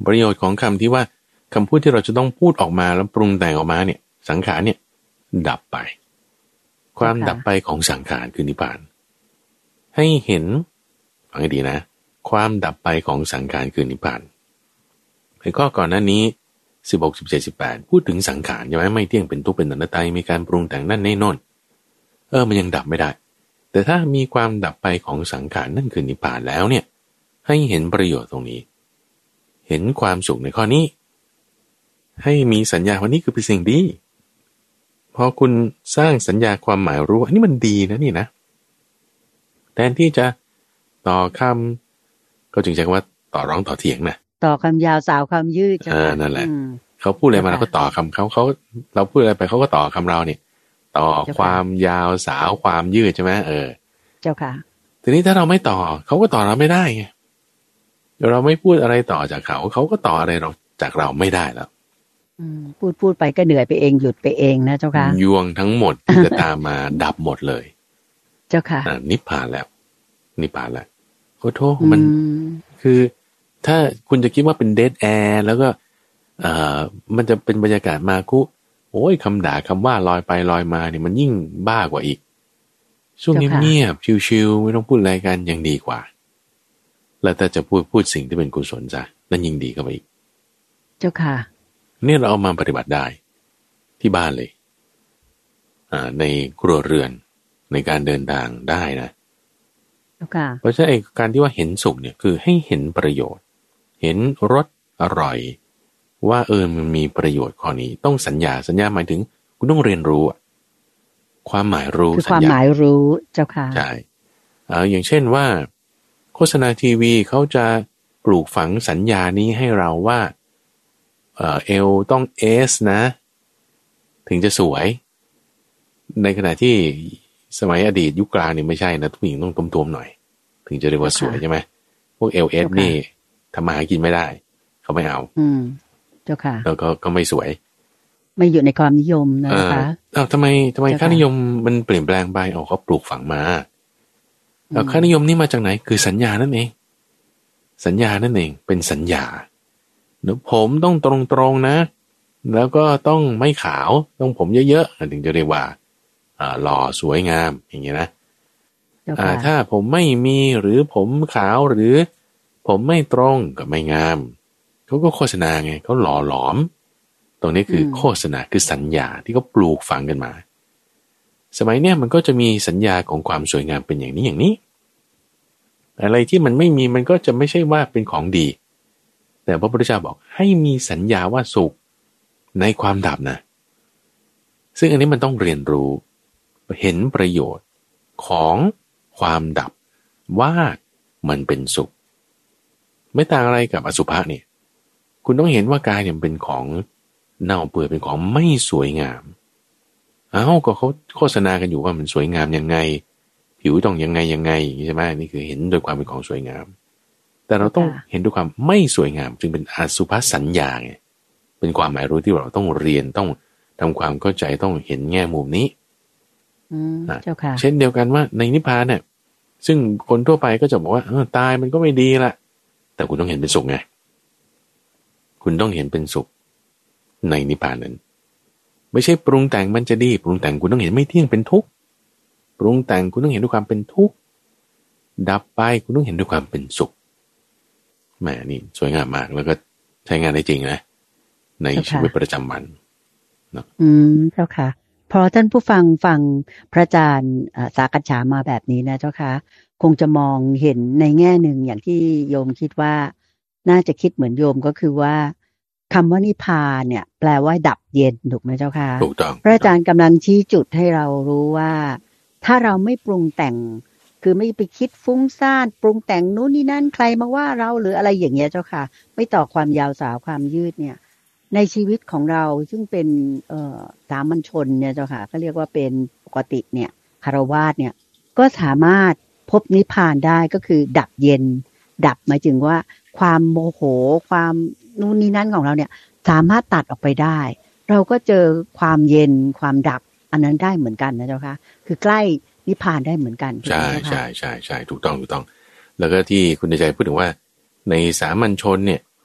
ประโยชน์ของคำที่ว่าคำพูดที่เราจะต้องพูดออกมาแล้วปรุงแต่งออกมาเนี่ยสังขารเนี่ยดับไปความดับไปของสังขารคือนิพพานให้เห็นฟังให้ดีนะความดับไปของสังขารคือนิพพานในข้อก่อนหน้านี้16 17 18พูดถึงสังขารใช่ไหมไม่เที่ยงเป็นทุกข์เป็นอนัตตามีการปรุงแต่งนั่นนี่โน่นมันยังดับไม่ได้แต่ถ้ามีความดับไปของสังขารนั่นคือนิพพานแล้วเนี่ยให้เห็นประโยชน์ตรงนี้เห็นความสุขในข้อนี้ให้มีสัญญาว่านี่คือเป็นสิ่งดีพอคุณสร้างสัญญาความหมายรู้อันนี้มันดีนะนี่นะแทนที่จะต่อคำก็จึงใช้คำว่าต่อร้องต่อเถียงนะ
ต่อคำยาวสาวคำยืด
นั่นแหละเขาพูดอะไรมาเราก็ต่อคำเขาเราพูดอะไรไปเขาก็ต่อคำเราเนี่ยต่อความยาวสาวความยืดใช่ไหม
เจ้าค่ะ
ทีนี้ถ้าเราไม่ต่อเขาก็ต่อเราไม่ได้ไงเราไม่พูดอะไรต่อจากเขาก็ต่ออะไรเราจากเราไม่ได้แล้ว
พูดไปก็เหนื่อยไปเองหยุดไปเองนะเจ้าค่ะ
ยวงทั้งหมดที่จะตามมาดับหมดเลย
เจ้าค่ะ
นิพพานแล้วโอ้โธ่มันคือถ้าคุณจะคิดว่าเป็นเดดแอร์แล้วก็มันจะเป็นบรรยากาศมาคุโอ้ยคำด่าคำว่าลอยไปลอยมาเนี่ยมันยิ่งบ้ากว่าอีกช่วงเงียบๆชิวๆไม่ต้องพูดอะไรกันยังดีกว่าแล้วถ้าจะพูดสิ่งที่เป็นกุศลจ้ะนั่นยิ่งดีเข้าไปอีก
เจ้าค่ะ
เนี่ยเราเอามาปฏิบัติได้ที่บ้านเลยในครัวเรือนในการเดินทางได้นะเพราะฉะนั้นการที่ว่าเห็นสุขเนี่ยคือให้เห็นประโยชน์เห็นรสอร่อยว่ามันมีประโยชน์ข้อนี้ต้องสัญญาหมายถึงคุณต้องเรียนรู้ความหมายรู้
คือความหมายรู้เจ้าค่ะ
ใช่อย่างเช่นว่าโฆษณาทีวีเขาจะปลูกฝังสัญญานี้ให้เราว่าเอวต้องเอสนะถึงจะสวยในขณะที่สมัยอดีตยุคกลางนี่ไม่ใช่นะผู้หญิงต้องตุ้มๆหน่อยถึงจะเรียกว่าสวยใช่ไหมพวกเอลเอสนี่ทำมาหากินไม่ได้เขาไม่เอา
เจ้าค่ะ
แล้วก็ไม่สวย
ไม่อยู่ในความนิยมนะคะ
ทำไมค่านิยมมันเปลี่ยนแปลงไปเขาปลูกฝังมาค่านิยมนี่มาจากไหนคือสัญญานั่นเองเป็นสัญญาผมต้องตรงๆนะแล้วก็ต้องไม่ขาวต้องผมเยอะๆถึงจะเรียกว่าหล่อสวยงามอย่างเงี้ยนะถ้าผมไม่มีหรือผมขาวหรือผมไม่ตรงก็ไม่งามเขาก็โฆษณาไงเขาหล่อหลอมตรงนี้คือโฆษณาคือสัญญาที่เขาปลูกฝังกันมาสมัยเนี้ยมันก็จะมีสัญญาของความสวยงามเป็นอย่างนี้อะไรที่มันไม่มีมันก็จะไม่ใช่ว่าเป็นของดีแต่พระพุทธเจ้าบอกให้มีสัญญาว่าสุขในความดับนะซึ่งอันนี้มันต้องเรียนรู้เห็นประโยชน์ของความดับว่ามันเป็นสุขไม่ต่างอะไรกับอสุภะเนี่ยคุณต้องเห็นว่ากายเนี่ยเป็นของเน่าเปื่อยเป็นของไม่สวยงามก็เขาโฆษณากันอยู่ว่ามันสวยงามยังไงผิวต้องยังไงใช่ไหมนี่คือเห็นโดยความเป็นของสวยงามแต่เราต้องเห็นด้วยความไม่สวยงามจึงเป็นอสุภสัญญาไงเป็นความหมายรู้ที่เราต้องเรียนต้องทำความเข้าใจต้องเห็นแง่มุมนี้เช่นเดียวกันว่าในนิพพานเนี่ยซึ่งคนทั่วไปก็จะบอกว่าตายมันก็ไม่ดีละแต่คุณต้องเห็นเป็นสุขไงคุณต้องเห็นเป็นสุขในนิพพานนั้นไม่ใช่ปรุงแต่งมันจะดีปรุงแต่งคุณต้องเห็นไม่เที่ยงเป็นทุกข์ปรุงแต่งคุณต้องเห็นด้วยความเป็นทุกข์ดับไปคุณต้องเห็นด้วยความเป็นสุขแหมนี่สวยงามมากแล้วก็ใช้งานได้จริงนะในชีวิตประจำวัน
เจ้าค่ะพอท่านผู้ฟังพระอาจารย์สากัญชามาแบบนี้นะเจ้าค่ะคงจะมองเห็นในแง่หนึ่งอย่างที่โยมคิดว่าน่าจะคิดเหมือนโยมก็คือว่าคำว่านิพพานเนี่ยแปลว่าดับเย็นถูกไหมเจ้าค่ะ
ถูกต้อง
พระอาจารย์กำลังชี้จุดให้เรารู้ว่าถ้าเราไม่ปรุงแต่งคือไม่ไปคิดฟุ้งซ่านปรุงแต่งนู้นนี่นั่นใครมาว่าเราหรืออะไรอย่างเงี้ยเจ้าค่ะไม่ต่อความยาวสาวความยืดเนี่ยในชีวิตของเราซึ่งเป็นสามัญชนเนี่ยเจ้าค่ะก็เรียกว่าเป็นปกติเนี่ยคฤหัสถ์เนี่ยก็สามารถพบนิพพานได้ก็คือดับเย็นดับหมายถึงว่าความโมโหความนู่นนี่นั่นของเราเนี่ยสามารถตัดออกไปได้เราก็เจอความเย็นความดับอันนั้นได้เหมือนกันนะเจ้าค่ะคือใกล้นิพพานได้เหมือนกัน
ใช่ถูกต้องแล้วก็ที่คุณใจพูดถึงว่าในสามัญชนเนี่ยค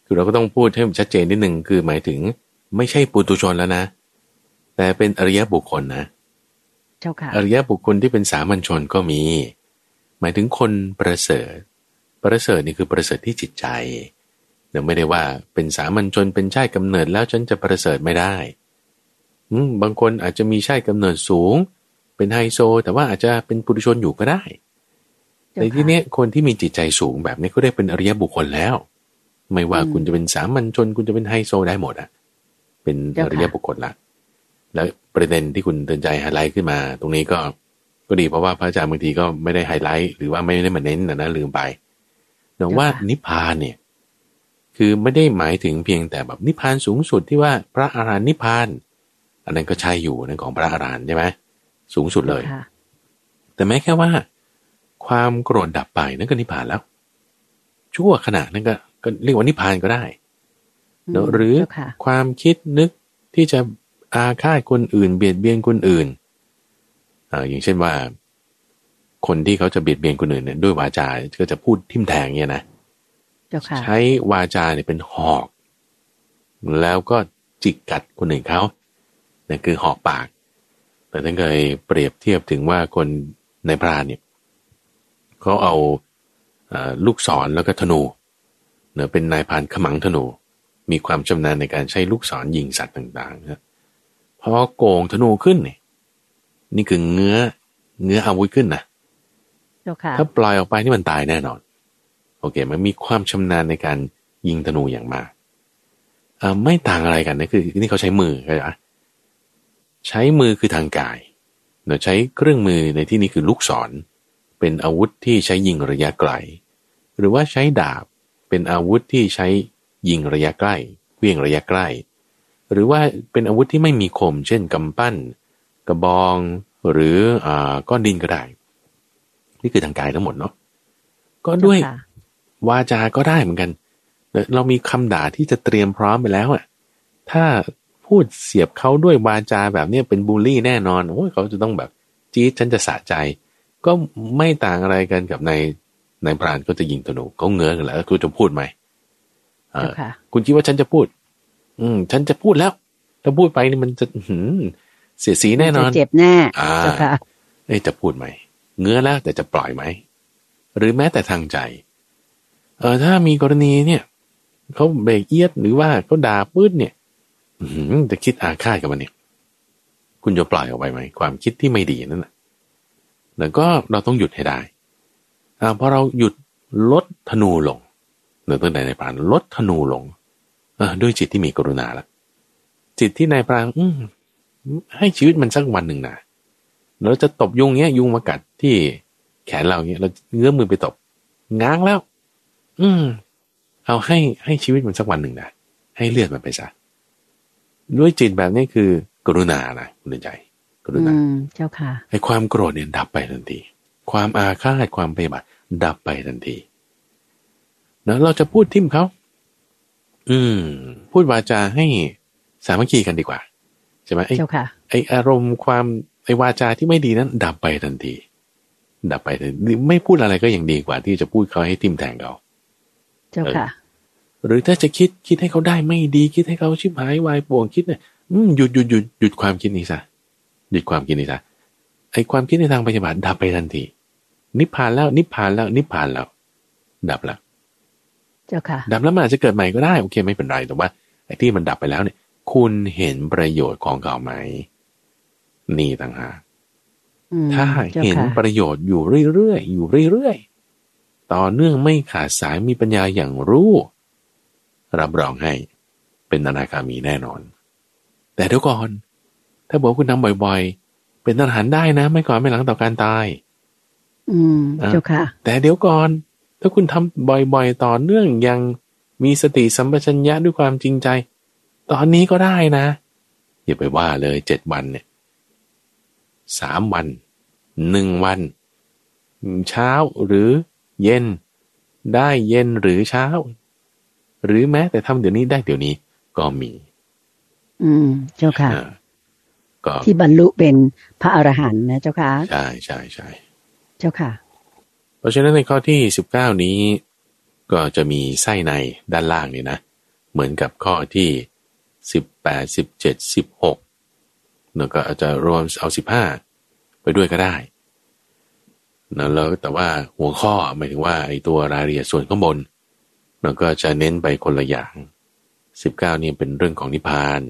คือเราก็ต้องพูดให้ชัดเจนนิดนึงคือหมายถึงไม่ใช่ปุถุชนแล้วนะแต่เป็นอริยบุคคลนะ
เจ้าค่ะ
อริยบุคคลที่เป็นสามัญชนก็มีหมายถึงคนประเสริฐประเสริฐนี่คือประเสริฐที่จิตใจเดี๋ยวไม่ได้ว่าเป็นสามัญชนเป็นชาติกำเนิดแล้วฉันจะประเสริฐไม่ได้บางคนอาจจะมีชาติกำเนิดสูงเป็นไฮโซแต่ว่าอาจจะเป็นปุถุชนอยู่ก็ได้ในที่นี้คนที่มีจิตใจสูงแบบนี้ก็ได้เป็นอริยบุคคลแล้วไม่ว่าคุณจะเป็นสามัญชนคุณจะเป็นไฮโซได้หมดอ่ะเป็นอริยบุคคลละแล้วประเด็นที่คุณเตือนใจไฮไลท์ขึ้นมาตรงนี้ก็ดีเพราะว่าพระอาจารย์บางทีก็ไม่ได้ไฮไลท์หรือว่าไม่ได้มาเน้นนะลืมไปแต่ว่านิพพานเนี่ยคือไม่ได้หมายถึงเพียงแต่แบบนิพพานสูงสุดที่ว่าพระอรหันต์นิพพานอันนั้นก็ใช่อยู่นั่นของพระอรหันต์ใช่ไหมสูงสุดเลยแต่แม้แค่ว่าความโกรธดับไปนั่นก็นิพพานแล้วชั่วขณะนั้นก็เรียกว่านิพพานก็ได้หรือความคิดนึกที่จะอาฆาตคนอื่นเบียดเบียนคนอื่นอย่างเช่นว่าคนที่เขาจะเบียดเบียนคนอื่นเนี่ยด้วยวาจาก็จะพูดทิ่มแทงเนี่ยนะใช้วาจาเนี่ยเป็นหอกแล้วก็จิกกัดคนอื่นเขานั่นคือหอกปากแต่ท่านเคยเปรียบเทียบถึงว่าคนในพรานเนี่ยเขาเอาลูกศรแล้วก็ธนูเนี่ยเป็นนายพรานขมังธนูมีความชำนาญในการใช้ลูกศรยิงสัตว์ต่างๆนะพอโกงธนูขึ้นนี่คือเงื้ออาวุธขึ้นนะถ้าปล่อยออกไปนี่มันตายแน่นอนโอเคมันมีความชำนาญในการยิงธนูอย่างมากไม่ต่างอะไรกันนะคือนี่เขาใช้มือใช้มือคือทางกายเราใช้เครื่องมือในที่นี้คือลูกศรเป็นอาวุธที่ใช้ยิงระยะไกลหรือว่าใช้ดาบเป็นอาวุธที่ใช้ยิงระยะใกล้เวี่ยงระยะใกล้หรือว่าเป็นอาวุธที่ไม่มีคมเช่นกำปั้นกระบองหรือก้อนดินก็ได้นี่คือทางกายทั้งหมดเนาะก็ด้วยวาจาก็ได้เหมือนกันเรามีคำด่าที่จะเตรียมพร้อมไปแล้วอ่ะถ้าพูดเสียบเขาด้วยวาจาแบบนี้เป็นบูลลี่แน่นอนโอ้ยเขาจะต้องแบบจี๊ดฉันจะสะใจก็ไม่ต่างอะไรกันกับในพรานก็จะยิงธนูเขาเงื้อกันแล้วคุณจะพูดไหมคุณคิดว่าฉันจะพูดฉันจะพูดแล้วถ้าพูดไปนี่มันจะเสียสีแน่นอน
เจ็บแน่
จะพูดไหมเงื้อแล้วแต่จะปล่อยไหมหรือแม้แต่ทางใจถ้ามีกรณีเนี่ยเขาเบรกเอียดหรือว่าเขาด่าปื้ดเนี่ยจะคิดอาฆาตกับมันเนี่ยคุณจะปล่อยออกไปไหมความคิดที่ไม่ดีนั่นแหละแล้วก็เราต้องหยุดให้ได้พอเราหยุดลดธนูลงตั้งแต่ในพรานลดธนูลงด้วยจิตที่มีกรุณาละจิตที่นายพรานให้ชีวิตมันสักวันหนึ่งนะเราจะตบยุงเงี้ยยุงมากัดที่แขนเราเงี้ยเราเงื้อมือไปตบง้างแล้วเอาให้ชีวิตมันสักวันหนึ่งนะให้เลือดมันไปซะด้วยจิตแบบนี้คือกรุณานะคุณใจกรุณา
เจ้าค่ะ
ไอ้ความโกรธเนี่ยดับไปทันทีความอาฆาตความพยาบาทดับไปทันทีแล้วเราจะพูดทิ่มเขาพูดวาจาให้สามัคคีกันดีกว่าใช่ไหม
เจ้าค่ะ
ไอ้อารมณ์ความไอ้วาจาที่ไม่ดีนั้นดับไปทันทีดับไปทันทีไม่พูดอะไรก็ยังดีกว่าที่จะพูดเขาให้ทิ่มแทงเขา
เจ้าค่ะ
หรือถ้าจะคิดให้เขาได้ไม่ดีคิดให้เขาชิบหายวายป่วงคิดเนี่ยหยุดความคิดนี้ซะหยุดความคิดนี้ซะไอ้ความคิดในทางปฏิบัติดับไปทันทีนิพพานแล้วดับแล้ว
เจ้าค่ะ
ดับแล้วมันอาจจะเกิดใหม่ก็ได้โอเคไม่เป็นไรแต่ว่าไอ้ที่มันดับไปแล้วเนี่ยคุณเห็นประโยชน์ของเขาไหมนี่ต่างหากถ้าเห็นประโยชน์อยู่เรื่อยต่อเนื่องไม่ขาดสายมีปัญญาอย่างรู้รับรองให้เป็นอนาคามีแน่นอนแต่เดี๋ยวก่อนถ้าบอกคุณทำบ่อยๆเป็นอรหันต์ได้นะไม่ก่อนไม่หลังต่อการตาย
เจ้าค่ะ
แต่เดี๋ยวก่อนถ้าคุณทำบ่อยๆต่อเนื่องยังมีสติสัมปชัญญะด้วยความจริงใจตอนนี้ก็ได้นะอย่าไปว่าเลย7 วันเนี่ย3 วัน1 วันเช้าหรือเย็นได้เย็นหรือเช้าหรือแม้แต่ทำเดี๋ยวนี้ได้เดี๋ยวนี้ก็มี
เจ้าค่ะก็ที่บรรลุเป็นพระอรหันต์นะเจ้าค่ะ
ใช่
เจ้าค่ะ
เพราะฉะนั้นในข้อที่19นี้ก็จะมีไส้ในด้านล่างนี่นะเหมือนกับข้อที่18 17 16แล้วก็อาจจะรวมเอา15ไปด้วยก็ได้นะแล้วแต่ว่าหัวข้อหมายถึงว่าไอ้ตัวรายละเอียดส่วนข้างบนเราก็จะเน้นไปคนละอย่าง19นี่เป็นเรื่องของนิพพาน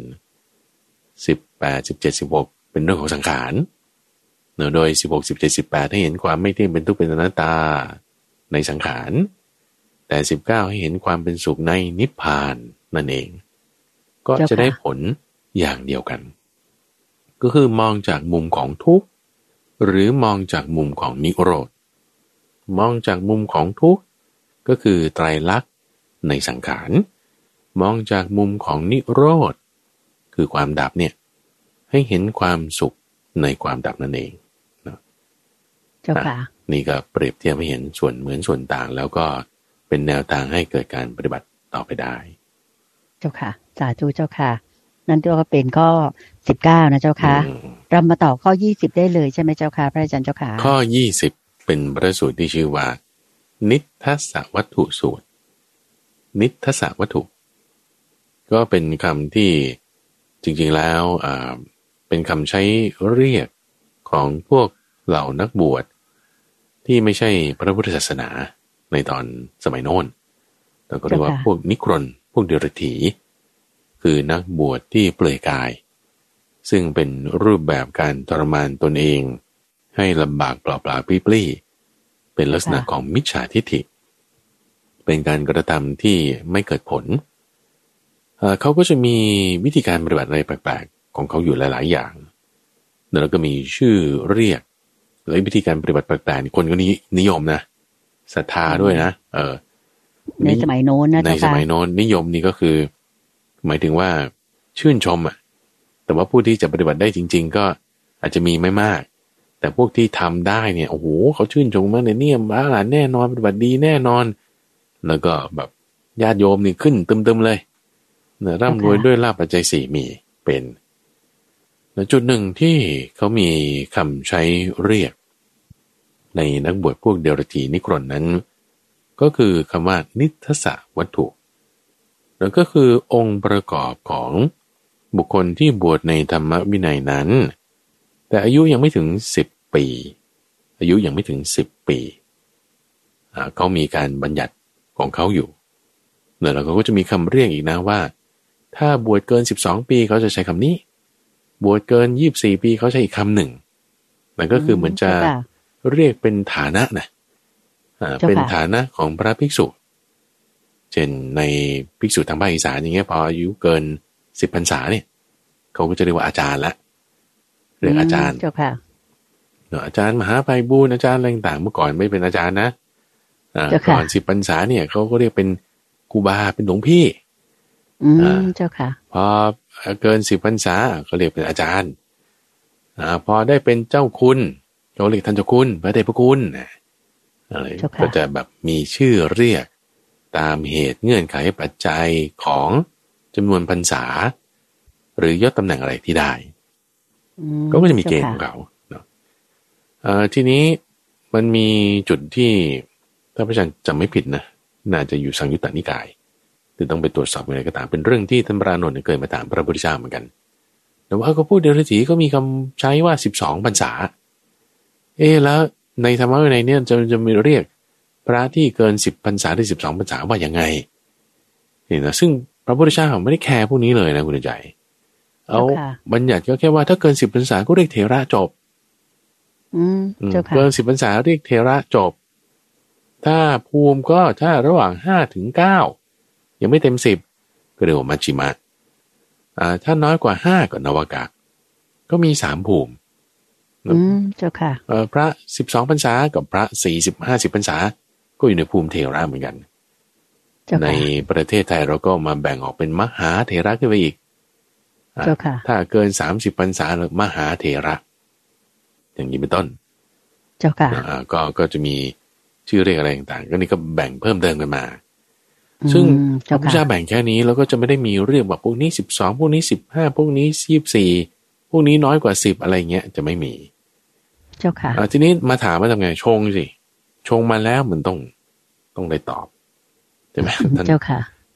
18 17 16เป็นเรื่องของสังขารเนอะโดย16 17 18ให้เห็นความไม่เที่ยงเป็นทุกข์เป็นอนัตตาในสังขารแต่19ให้เห็นความเป็นสุขในนิพพานนั่นเองก็จะได้ผลอย่างเดียวกันก็คือมองจากมุมของทุกข์หรือมองจากมุมของนิโรธมองจากมุมของทุกข์ก็คือไตรลักษณ์ในสังขารมองจากมุมของนิโรธคือความดับเนี่ยให้เห็นความสุขในความดับนั่นเอง
เจ้าค่ะ
นี่ก็เปรียบเทียบให้เห็นส่วนเหมือนส่วนต่างแล้วก็เป็นแนวทางให้เกิดการปฏิบัติต่อไปได้
เจ้าค่ะสาธุเจ้าค่ะนั่นก็เป็นข้อ19นะเจ้าค่ะเรามาต่อข้อ20ได้เลยใช่ไหมเจ้าค่ะพระอาจารย์เจ้าค่ะ
ข้อ20เป็นพระสูตรที่ชื่อว่านิทธัสสะวัตถุสูตรนิทธัสสะวัตถุก็เป็นคำที่จริงๆแล้วเป็นคำใช้เรียกของพวกเหล่านักบวชที่ไม่ใช่พระพุทธศาสนาในตอนสมัยโน้นเราก็เรียกว่าพวกนิครนพวกเดรัจฉีคือนักบวชที่เปลือยกายซึ่งเป็นรูปแบบการทรมานตนเองให้ลำบากเปล่าๆปลี้ๆเป็นลักษณะของมิจฉาทิฏฐิเป็นการกระทำที่ไม่เกิดผลเขาก็จะมีวิธีการปฏิบัติอะไรแปลกๆของเขาอยู่หลายๆอย่างแล้วก็มีชื่อเรียกและวิธีการปฏิบัติแปลกๆคนก็นิยมนะศรัทธาด้วยนะ
ในสมัยโน้นนะ
ในสมัยโน้นนิยมนี่ก็คือหมายถึงว่าชื่นชมแต่ว่าผู้ที่จะปฏิบัติได้จริงๆก็อาจจะมีไม่มากแต่พวกที่ทำได้เนี่ยโอ้โหเขาชื่นชมมากเนี่ยพระอรหันต์แน่นอนปฏิบัติดีแน่นอนแล้วก็แบบญาติโยมนี่ขึ้นตึมๆเลยเนี่ยร่ำรวยด้วยลาภปัจจัย4มีเป็นจุดหนึ่งที่เขามีคำใช้เรียกในนักบวชพวกเดรัจฉีนิครนนั้นก็คือคำว่านิทธัสสะวัตถุแล้วก็คือองค์ประกอบของบุคคลที่บวชในธรรมวินัยนั้นแต่อายุยังไม่ถึง10ปีอายุยังไม่ถึง10ปีเขามีการบัญญัติของเขาอยู่แล้วเขาก็จะมีคำเรียกอีกนะว่าถ้าบวชเกิน12ปีเขาจะใช้คำนี้บวชเกิน24ปีเขาใช้อีกคำหนึ่งมันก็คือเหมือนจะเรียกเป็นฐานะนะเป็นฐานะของพระภิกษุเช่นในภิกษุทางภาคอีสานอย่างเงี้ยพออายุเกิน10 พรรษาเนี่ยเขาก็จะเรียกว่าอาจารย์ละเรียกอาจารย์อาจารย์มหาไพบูลย์อาจารย์อะไรต่างๆเมื่อก่อนไม่เป็นอาจารย์นะก่อน10 พรรษาเนี่ยเขาก็เรียกเป็นครูบาเป็นหลวงพี่
เจ้าค่ะ
พอเกิน10 พรรษาก็เรียกเป็นอาจารย์พอได้เป็นเจ้าคุณเขาเรียกท่านเจ้าคุณพระเดชพระคุณอะไรก็จะแบบมีชื่อเรียกตามเหตุเงื่อนไขปัจจัยของจำนวนพรรษาหรือยศตำแหน่งอะไรที่ได้ก็จะมีเกณฑ์ของเขาเนาะทีนี้มันมีจุดที่ถ้าพระอาจารย์จำไม่ผิดนะน่าจะอยู่สังยุตตนิกายแต่ต้องไปตรวจสอบอะไรก็ตามเป็นเรื่องที่ท่านพระอานนท์เคยมาถามพระพุทธเจ้าเหมือนกันแต่ว่าเขาพูดเดรัจฉีก็มีคำใช้ว่า12 พรรษาแล้วในธรรมะวินัยเนี่ยจะมีเรียกพระที่เกิน10 พรรษาหรือ12 พรรษาว่ายังไงนี่นะซึ่งพระพุทธเจ้าไม่ได้แคร์พวกนี้เลยนะคุณใจเอาบัญญัติก็แค่ว่าถ้าเกิน10 พรรษาก็เรียกเถระจบเกิน10 พรรษาเรียกเถระจบถ้าภูมิก็ถ้าระหว่าง5 ถึง 9ยังไม่เต็ม10ก็เรียกว่ามัชฌิมะถ้าน้อยกว่า5ก็นวากะก็มี3 ภูมิ
เจ้าค่ะ
พระ12 พรรษากับพระ40-50 พรรษาก็อยู่ในภูมิเถระเหมือนกันในประเทศไทยเราก็มาแบ่งออกเป็นมหาเถระขึ้นไปอีกถ้าเกิน30 พรรษาหรือมหาเถระอย่างนี้เป็นต้น
เจ้าค่ะ
ก็จะมีชื่อเรียกอะไรต่างๆก็นี่ก็แบ่งเพิ่มเติมกันมาซึ่งพระพุทธเจ้าแบ่งแค่นี้แล้วก็จะไม่ได้มีเรียกแบบพวกนี้12พวกนี้15พวกนี้24พวกนี้น้อยกว่า10อะไรเงี้ยจะไม่มี
เจ้าค่ะ
ทีนี้มาถามว่าทำไงชงสิชงมาแล้วมันต้องได้ตอบใช่ไหมท่าน
เจ้าค่ะ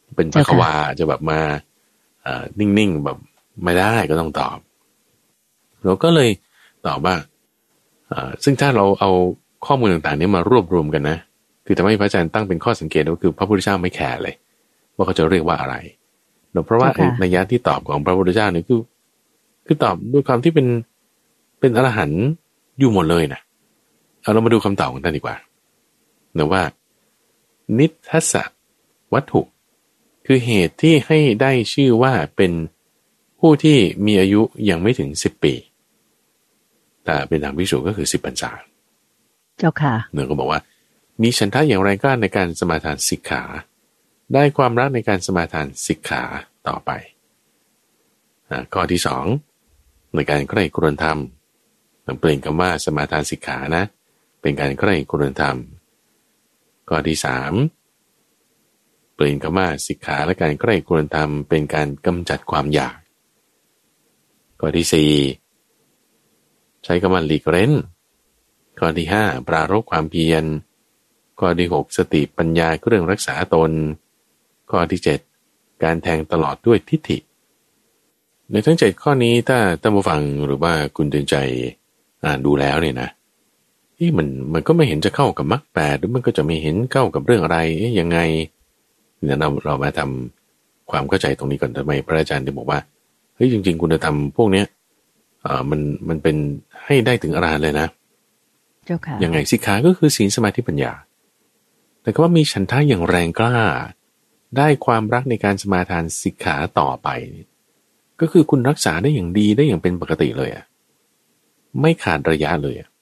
เป็นพระควาจะแบบมานิ่งๆแบบไม่ได้ก็ต้องตอบเราก็เลยตอบว่าซึ่งถ้าเราเอาข้อมูลต่างๆนี้มารวบรวมกันนะคือทำให้พระอาจารย์ตั้งเป็นข้อสังเกตก็คือพระพุทธเจ้าไม่แคร์เลยว่าเขาจะเรียกว่าอะไรเพราะว่านัยยะที่ตอบของพระพุทธเจ้าเนี่ยคือตอบด้วยความที่เป็นอรหันต์อยู่หมดเลยนะเรามาดูคำตอบของท่านดีกว่าเนื่องว่านิทธัสสะวัตถุคือเหตุที่ให้ได้ชื่อว่าเป็นผู้ที่มีอายุยังไม่ถึง10 ปีแต่เป็นทางภิกษุก็คือ10 พรรษา
เจ้าค่ะ
เนื่องก็บอกว่ามีฉันทะอย่างไรกล้าในการสมาทานสิกขาได้ความรักในการสมาทานสิกขาต่อไปข้อที่2ในการใคร่ครวญธรรมเปลี่ยนคำว่าสมาทานสิกขานะเป็นการใคร่ครวญธรรมข้อที่3เปลี่ยนคำว่าสิกขาและการใคร่ครวญธรรมเป็นการกำจัดความอยากข้อที่4ใช้คำว่าหลีกเร้นข้อที่5ปรารภความเพียรข้อที่6สติปัญญาเครื่องรักษาตนข้อที่7การแทงตลอดด้วยทิฏฐิในทั้ง7ข้อนี้ถ้าท่านผู้ฟังหรือว่าคุณตื่นใจอ่านดูแล้วเนี่ยนะที่มันก็ไม่เห็นจะเข้ากับมรรค8หรือมันก็จะไม่เห็นเข้ากับเรื่องอะไรยังไงเนี่ยเรามาทำความเข้าใจตรงนี้ก่อนทำไมพระอาจารย์ถึงบอกว่าเฮ้ยจริงๆคุณธรรมพวกเนี้ยมันเป็นให้ได้ถึงอรหันต์เลยนะ
เจ้าค่ะ
ยังไงสิกขาก็คือศีลสมาธิปัญญาแต่ก็ว่ามีฉันทะอย่างแรงกล้าได้ความรักในการสมาทานสิกขาต่อไปก็คือคุณรักษาได้อย่างดีได้อย่างเป็นปกติเลยอ่ะไม่ขาดระยะเลยอ่ะ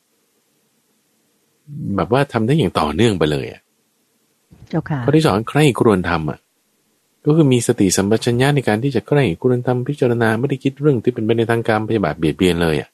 แบบว่าทำได้อย่างต่อเนื่องไปเลยอ่ะ
เจ้าค่ะ
ข้อที่2ใคร่ครวญธรรมอ่ะก็คือมีสติสัมปชัญญะในการที่จะใคร่ครวญธรรมพิจารณาไม่ได้คิดเรื่องที่เป็นไปในทางการพยาบาทเบียดเบียนเลยอ่ะ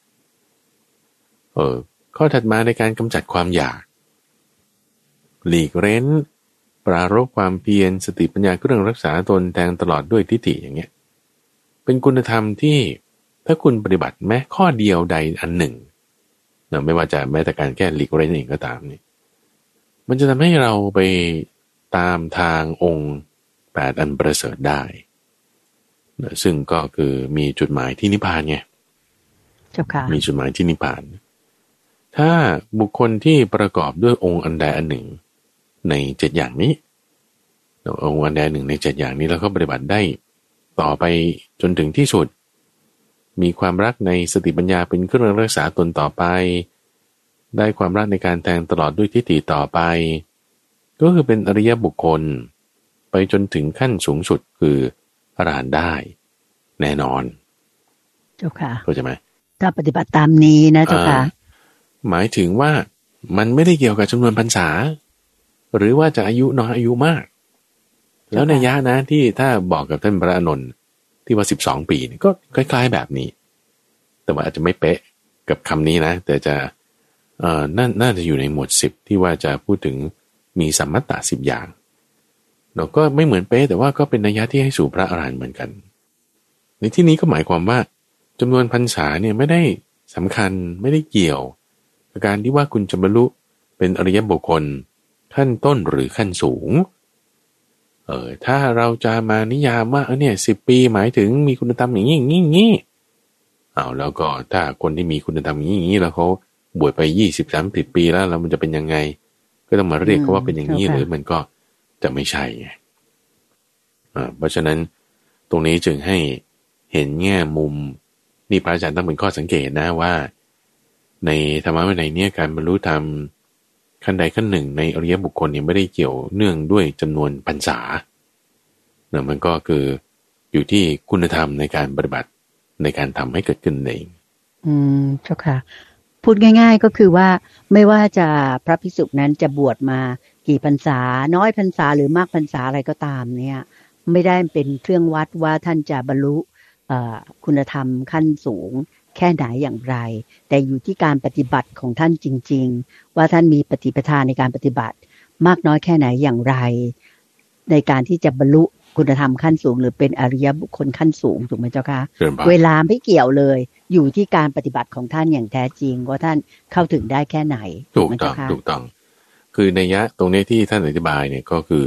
ข้อถัดมาในการกำจัดความอยากหลีกเร้นปรารภความเพียรสติปัญญาเครื่องรักษาตนแทงตลอดด้วยทิฏฐิอย่างเงี้ยเป็นคุณธรรมที่ถ้าคุณปฏิบัติแม้ข้อเดียวใดอันหนึ่งไม่ว่าจะแม้แต่การแก้หลีกเร้นเองก็ตามนี่มันจะทำให้เราไปตามทางองค์8อันประเสริฐได้ซึ่งก็คือมีจุดหมายที่นิพพานไง
เจ้าค่ะ
มีจุดหมายที่นิพพานถ้าบุคคลที่ประกอบด้วยองค์อันใดอันหนึ่งใน7อย่างนี้องค์อันใดหนึ่งใน7อย่างนี้แล้วก็ปฏิบัติได้ต่อไปจนถึงที่สุดมีความรักในสติปัญญาเป็นเครื่องรักษาตนต่อไปได้ความรักในการแทงตลอดด้วยทิฏฐิต่อไปก็คือเป็นอริยบุคคลไปจนถึงขั้นสูงสุดคืออรหันต์ได้แน่นอน
เจ้าค่ะ
เข้าใจไหม
ถ้าปฏิบัติตามนี้นะเจ้าค่ะ
หมายถึงว่ามันไม่ได้เกี่ยวกับจำนวนพรรษาหรือว่าจะอายุน้อยอายุมากแล้วนัยยะนะที่ถ้าบอกกับท่านพระอานนท์ที่ว่า12 ปีก็คล้ายๆแบบนี้แต่ว่าอาจจะไม่เป๊ะกับคำนี้นะแต่จะน่าจะอยู่ในหมวด10ที่ว่าจะพูดถึงมีสัมมัตตะ10อย่างเราก็ไม่เหมือนเป๊ะแต่ว่าก็เป็นนัยยะที่ให้สู่พระอรหันต์เหมือนกันในที่นี้ก็หมายความว่าจำนวนพรรษาเนี่ยไม่ได้สำคัญไม่ได้เกี่ยวกับการที่ว่าคุณจะบรรลุเป็นอริยบุคคลขั้นต้นหรือขั้นสูงถ้าเราจะมานิยามว่าเนี่ย10 ปีหมายถึงมีคุณธรรมอย่างนี้แล้วก็ถ้าคนที่มีคุณธรรมอย่างนี้แล้วเขาบวชไป20-30 ปีแล้วมันจะเป็นยังไงก็ต้องมาเรียกเขาว่าเป็นอย่างนี้หรือมันก็จะไม่ใช่ไงเพราะฉะนั้นตรงนี้จึงให้เห็นแง่มุมนี่พระอาจารย์ต้องเป็นข้อสังเกตนะว่าในธรรมะวินัยเนี่ยการบรรลุธรรมขั้นใดขั้นหนึ่งในอริยบุคคลเนี่ยไม่ได้เกี่ยวเนื่องด้วยจำนวนพรรษามันก็คืออยู่ที่คุณธรรมในการปฏิบัติในการทำให้เกิดขึ้นเอง
เจ้าค่ะพูดง่ายๆก็คือว่าไม่ว่าจะพระภิกษุนั้นจะบวชมากี่พรรษาน้อยพรรษาหรือมากพรรษาอะไรก็ตามเนี่ยไม่ได้เป็นเครื่องวัดว่าท่านจะบรรลุคุณธรรมขั้นสูงแค่ไหนอย่างไรแต่อยู่ที่การปฏิบัติของท่านจริงๆว่าท่านมีปฏิปทาในการปฏิบัติมากน้อยแค่ไหนอย่างไรในการที่จะบรรลุคุณธรรมขั้นสูงหรือเป็นอริยบุคคลขั้นสูงถูกไหมเจ้าคะเวลาไม่เกี่ยวเลยอยู่ที่การปฏิบัติของท่านอย่างแท้จริงว่าท่านเข้าถึงได้แค่ไหน
ถูกต้องคือนัยยะตรงนี้ที่ท่านอธิบายเนี่ยก็คือ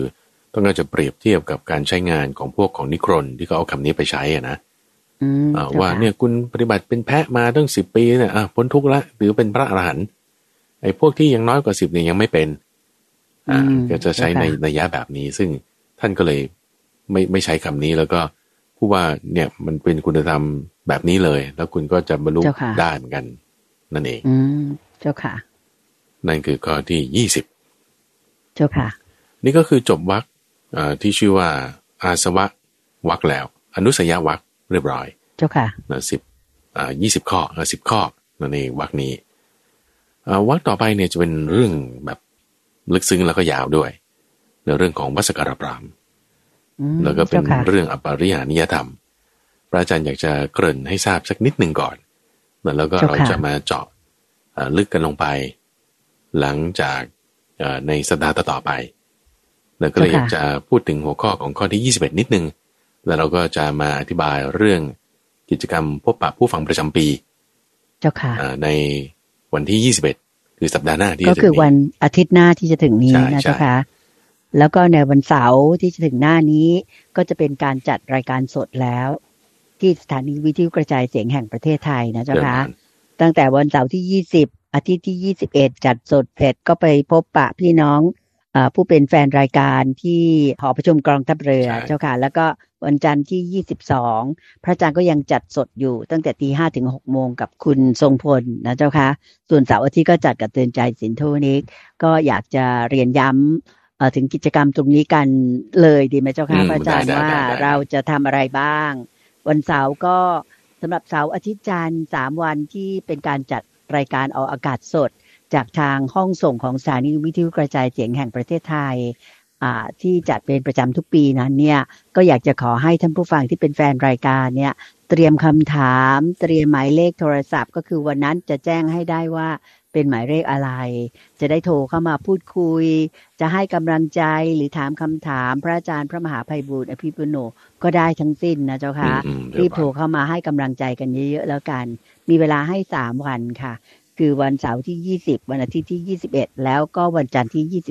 ต้องการจะเปรียบเทียบกับการใช้งานของพวกของนิครนที่เขาเอาคำนี้ไปใช้อ่ะนะว่าเนี่ยคุณปฏิบัติเป็นแพะมาตั้ง10 ปีเนี่ยพ้นทุกข์ละหรือเป็นพระอรหันต์ไอ้พวกที่ยังน้อยกว่า10เนี่ยยังไม่เป็นก็จะใช้ในนัยยะแบบนี้ซึ่งท่านก็เลยไม่ใช้คำนี้แล้วก็พูดว่าเนี่ยมันเป็นคุณธรรมแบบนี้เลยแล้วคุณก็จะบรรลุได้เหมือนกันนั่นเอง
เจ้าค่ะ
นั่นคือข้อที่20เ
จ้าค่ะ
นี่ก็คือจบวรรคที่ชื่อว่าอาสวะวรรคแล้วอนุสยวรรคเรียบร้อย
เจ้าค่ะ
20 ข้อ10 ข้อนั่นเองวรรคนี้วรรคต่อไปเนี่ยจะเป็นเรื่องแบบลึกซึ้งแล้วก็ยาวด้วยในเรื่องของวัสการปรามแล้วก็เป็นเรื่องอปาริหานิยธรรมพระอาจารย์อยากจะเกริ่นให้ทราบสักนิดหนึ่งก่อนแล้วก็เราจะมาเจาะลึกกันลงไปหลังจากในสัปดาห์ต่อไปแล้วก็เลยอยากจะพูดถึงหัวข้อของข้อที่21นิดนึงแล้วเราก็จะมาอธิบายเรื่องกิจกรรมพบปะผู้ฟังประจำปี
เจ้าค่ะ
ในวันที่21คือสัปดาห์หน้าที่
ก็คือวันอาทิตย์หน้าที่จะถึงนี้นะเจ้าค่ะแล้วก็ในวันเสาร์ที่จะถึงหน้านี้ก็จะเป็นการจัดรายการสดแล้วที่สถานีวิทยุกระจายเสียงแห่งประเทศไทยนะเจ้าค่ะตั้งแต่วันเสาร์ที่20อาทิตย์ที่21จัดสดเสร็จก็ไปพบปะพี่น้องผู้เป็นแฟนรายการที่หอประชุมกองทัพเรือเจ้าค่ะแล้วก็วันจันทร์ที่22พระอาจารย์ก็ยังจัดสดอยู่ตั้งแต่ 5:00 ถึง 6:00 นกับคุณทรงพลนะเจ้าค่ะส่วนเสาร์อาทิตย์ก็จัดกับเตือนใจสินโทนิกก็อยากจะเรียนย้ำถึงกิจกรรมตรงนี้กันเลยดีไหมเจ้าค่ะพระอาจารย์ว่าเราจะทำอะไรบ้างวันเสาร์ก็สำหรับเสาร์อาทิตย์จันทร์3วันที่เป็นการจัดรายการออกอากาศสดจากทางห้องส่งของสถานีวิทยุกระจายเสียงแห่งประเทศไทยที่จัดเป็นประจำทุกปีนั้นเนี่ยก็อยากจะขอให้ท่านผู้ฟังที่เป็นแฟนรายการเนี่ยเตรียมคำถามเตรียมหมายเลขโทรศัพท์ก็คือวันนั้นจะแจ้งให้ได้ว่าเป็นหมายเลขอะไรจะได้โทรเข้ามาพูดคุยจะให้กำลังใจหรือถามคำถามพระอาจารย์พระมหาไพบูลย์อภิปุโนก็ได้ทั้งสิ้นนะเจ้าค่ะรีบโทรเข้ามาให้กำลังใจกันเยอะๆแล้วกันมีเวลาให้3วันค่ะคือวันเสาร์ที่20วันอาทิตย์ที่21แล้วก็วันจันทร์ที่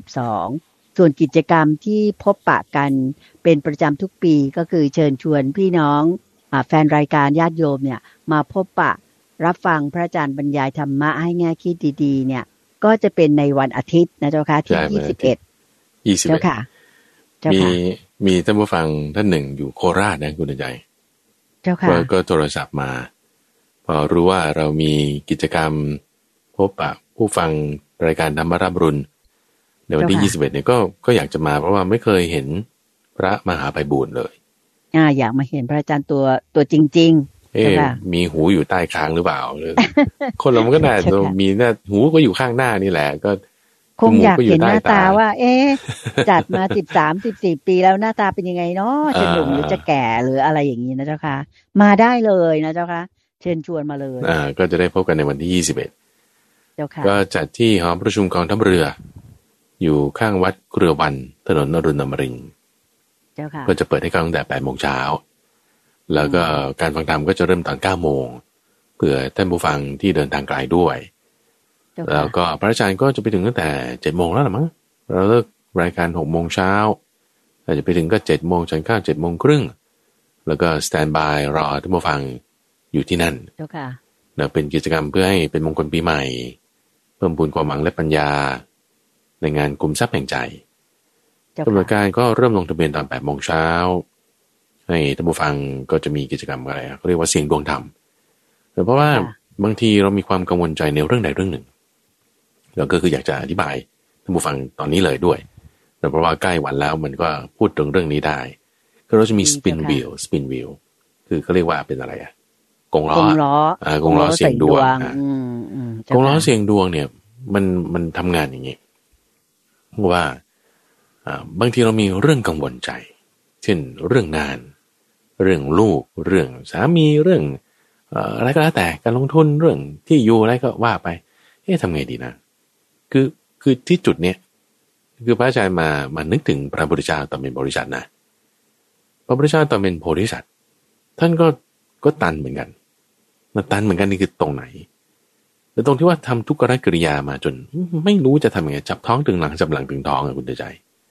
22ส่วนกิจกรรมที่พบปะกันเป็นประจำทุกปีก็คือเชิญชวนพี่น้องแฟนรายการญาติโยมเนี่ยมาพบปะรับฟังพระอาจารย์บรรยายธรรมะให้แง่คิดดีๆเนี่ยก็จะเป็นในวันอาทิตย์นะเจ้าค่ะที่21เจ้าค่ะ
มีท่านผู้ฟังท่านหนึ่งอยู่โคราชนะคุณใจ
เจ้าค่ะ
ก็โทรศัพท์มาพอรู้ว่าเรามีกิจกรรมพบปะผู้ฟังรายการธรรมรับรุณในวันที่21เนี่ยก็อยากจะมาเพราะว่าไม่เคยเห็นพระมหาไพบูลย์เลย
อยากมาเห็นพระอาจารย์ตัวจริงๆ
มีหูอยู่ใต้คางหรือเปล่า คนเรามันก็น่าจะมีหน้าหูก็อยู่ข้างหน้านี่แหละก็
คงอยากเห็นหน้าตาว่าจัดมา13-14 ปีแล้วหน้าตาเป็นยังไงเนาะจะหนุ่มหรือจะแก่หรืออะไรอย่างนี้นะเจ้าค่ะมาได้เลยนะเจ้าค่ะเชิญชวนมาเลย
ก็จะได้พบกันในวันที่21
เจ้าค่ะ
ก็จัดที่หอประชุมกองทัพเรืออยู่ข้างวัดเกลือวันถนนอรุณอมรินทร์
เจ้าค่ะ
ก็จะเปิดให้เข้าตั้งแต่ 8:00 นแล้วก็การฟังธรรมก็จะเริ่มตอน 9:00 นเพื่อท่านผู้ฟังที่เดินทางไกลด้วยแล้วก็พระอาจารย์ก็จะไปถึงตั้งแต่ 7:00 นแล้วล่ะมั้งเราเลิกรายการ 6:00 นอาจจะไปถึงก็ 7:00 นจนเข้า 7:30 นแล้วก็สแตนบายรอท่านผู้ฟังอยู่ที่นั่น
เจ้าค่ะ
เป็นกิจกรรมเพื่อให้เป็นมงคลปีใหม่เพิ่มพูนความหวังและปัญญาในงานกลุ่มทรัพย์แห่งใจกำหนดการก็เริ่มลงทะเบียนตอน 8:00 นให้ท่านผู้ฟังก็จะมีกิจกรรมอะไรเขาเรียกว่าเสียงดวงธรรมเพราะว่าบางทีเรามีความกังวลใจในเรื่องใดเรื่องหนึ่งเราก็คืออยากจะอธิบายท่านผู้ฟังตอนนี้เลยด้วยเพราะว่าใกล้วันแล้วมันก็พูดถึงเรื่องนี้ได้ก็เราจะมี spin wheel คือเขาเรียกว่าเป็นอะไรกงล้อเสียงดวงกงล้อเสียงดวงเนี่ยมันทำงานอย่างนี้ว่าบางทีเรามีเรื่องกังวลใจเช่นเรื่องงานเรื่องลูกเรื่องสามีเรื่องอะไรก็แล้วแต่การลงทุนเรื่องที่อยู่อะไรก็ว่าไปทำไงดีนะคือที่จุดเนี้ยคือพระอาจารย์มานึกถึงพระพุทธเจ้าตอนเป็นบริษัทนะพระพุทธเจ้าตอนเป็นโพธิสัตว์ท่านก็ตันเหมือนกันตันเหมือนกันนี่คือตรงไหนแต่ตรงที่ว่าทำทุกขกิริยามาจนไม่รู้จะทำยังไงจับท้องถึงหลังจับหลังถึงท้องคุณใจ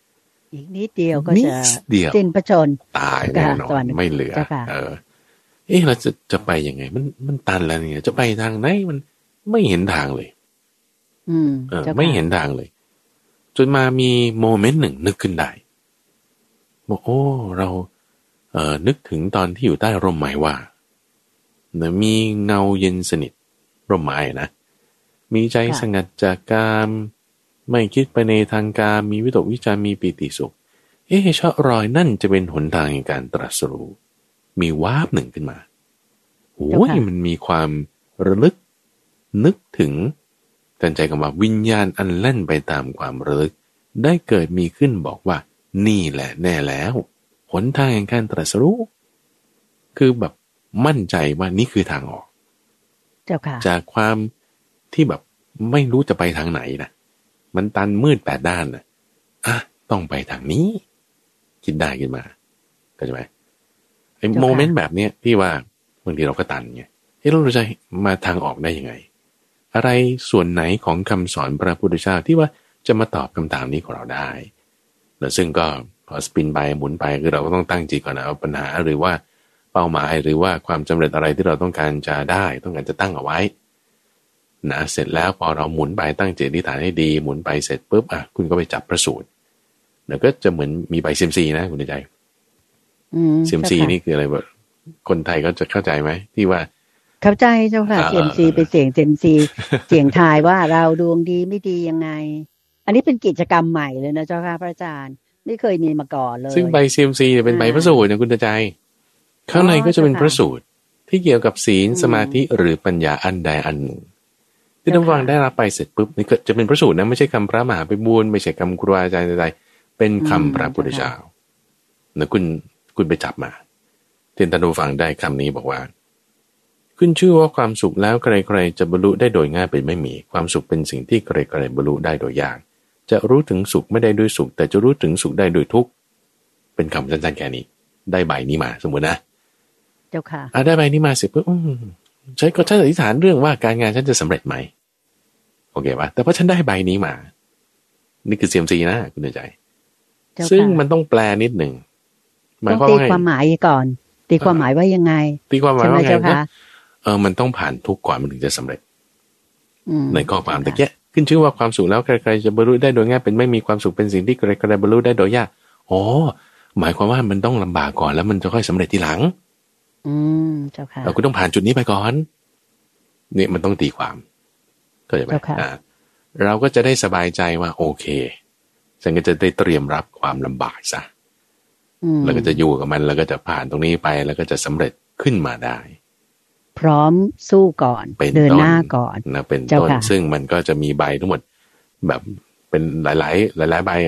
อีกนิดเดียวก็
นิ
จะ
ดเดียว
สิ้นพระชน
ตายแน่นอนไม่เหลือเราจะไปยังไงมันตันแล้วเนี่ยจะไปทางไหนมันไม่เห็นทางเลยไม่เห็นทางเลยจนมามีโมเมนต์หนึ่งนึกขึ้นได้บอกโอ้เรานึกถึงตอนที่อยู่ใต้ร่มไม้ว่ามีเงาเย็นสนิทร่มไม้นะมีใจสงัดจากกามไม่คิดไปในทางการมีวิตกวิจารมีปีติสุขชะรอยนั่นจะเป็นหนทางแห่งการตรัสรู้มีวาบหนึ่งขึ้นมาโอ้ยมันมีความระลึกนึกถึงกันใจกับว่าวิญญาณอันแล่นไปตามความระลึกได้เกิดมีขึ้นบอกว่านี่แหละแน่แล้วหนทางแห่งการตรัสรู้คือแบบมั่นใจว่านี่คือทางออกจากความที่แบบไม่รู้จะไปทางไหนนะมันตันมืด8 ด้านนะต้องไปทางนี้คิดได้ขึ้นมาเข้าใจไหมไอ้โมเมนต์แบบเนี้ยที่ว่าบางทีเราก็ตันไงเราจะมาทางออกได้ยังไงอะไรส่วนไหนของคำสอนพระพุทธเจ้าที่ว่าจะมาตอบคำถามนี้ของเราได้แล้วซึ่งก็พอสปินไปหมุนไปคือเราก็ต้องตั้งจิตก่อนนะเอาปัญหาหรือว่าเป้าหมายหรือว่าความสำเร็จอะไรที่เราต้องการจะได้ต้องการจะตั้งเอาไว้นะเสร็จแล้วพอเราหมุนไปตั้งจิตอธิษฐานให้ดีหมุนไปเสร็จปุ๊บคุณก็ไปจับพระสูตรแล้วก็จะเหมือนมีใบเซียมซีนะคุณใจเซียมซีนี่คืออะไรแบบคนไทยก็จะเข้าใจไหมที่ว่า
เข้าใจเจ้าค่ะเซียมซีไปเสี่ยงเซียมซีเสี่ยงทายว่าเราดวงดีไม่ดียังไงอันนี้เป็นกิจกรรมใหม่เลยนะเจ้าค่ะพระอาจารย์ไม่เคยมีมาก่อนเลย
ซึ่งใบเซียมซีเป็นใบพระสูตรนะคุณใจข้างในก็จะเป็นพระสูตรที่เกี่ยวกับศีลสมาธิหรือปัญญาอันใดอันหนึ่งที่ท่านฟังได้รับไปเสร็จปุ๊บนี่ก็จะเป็นพระสูตรนะไม่ใช่คำพระมหาไพบูลย์ไม่ใช่คำครูอาจารย์ใดๆเป็นคำพระพุทธเจ้านะคุณไปจับมาท่านฟังได้คำนี้บอกว่าขึ้นชื่อว่าความสุขแล้วใครๆจะบรรลุได้โดยง่ายเป็นไม่มีความสุขเป็นสิ่งที่ใครๆบรรลุได้โดยยากจะรู้ถึงสุขไม่ได้ด้วยสุขแต่จะรู้ถึงสุขได้โดยทุกข์เป็นคำสั้นๆแค่นี้ได้ใบนี้มาสมมตินะ
เจ้าค่ะ
ได้ใบนี้มาเสร็จปุ๊บฉันอธิษฐานเรื่องว่าการงานฉันจะสำเร็จไหมโอเคป่ะแต่พอฉันได้ใบนี้มานี่คือเซียมซีนะคุณใจซึ่งมันต้องแปลนิดหนึ่ง
หมายความว่าตีความหมายก่อนตีความหมายว่ายังไง
ตีความหมายว่าไงมันต้องผ่านทุกข์ก่อนมันถึงจะสำเร็จในข้อความตะเกียขึ้นชื่อว่าความสุขแล้วใครๆจะบรรลุได้โดยง่ายเป็นไม่มีความสุขเป็นสิ่งที่ใครๆบรรลุได้โดยยากหมายความว่ามันต้องลำบากก่อนแล้วมันจะค่อยสำเร็จทีหลัง
เจ้าค่ะ
เราก็ต้องผ่านจุดนี้ไปก่อนนี่มันต้องตีความเข้าใจไหมเราก็จะได้สบายใจว่าโอเคฉันก็จะได้เตรียมรับความลำบากซะแล้วก็จะอยู่กับมันแล้วก็จะผ่านตรงนี้ไปแล้วก็จะสำเร็จขึ้นมาได้
พร้อมสู้ก่อนเดินหน้าก่อน
นะเป็นต้นซึ่งมันก็จะมีใบทั้งหมดแบบเป็นหลายใบ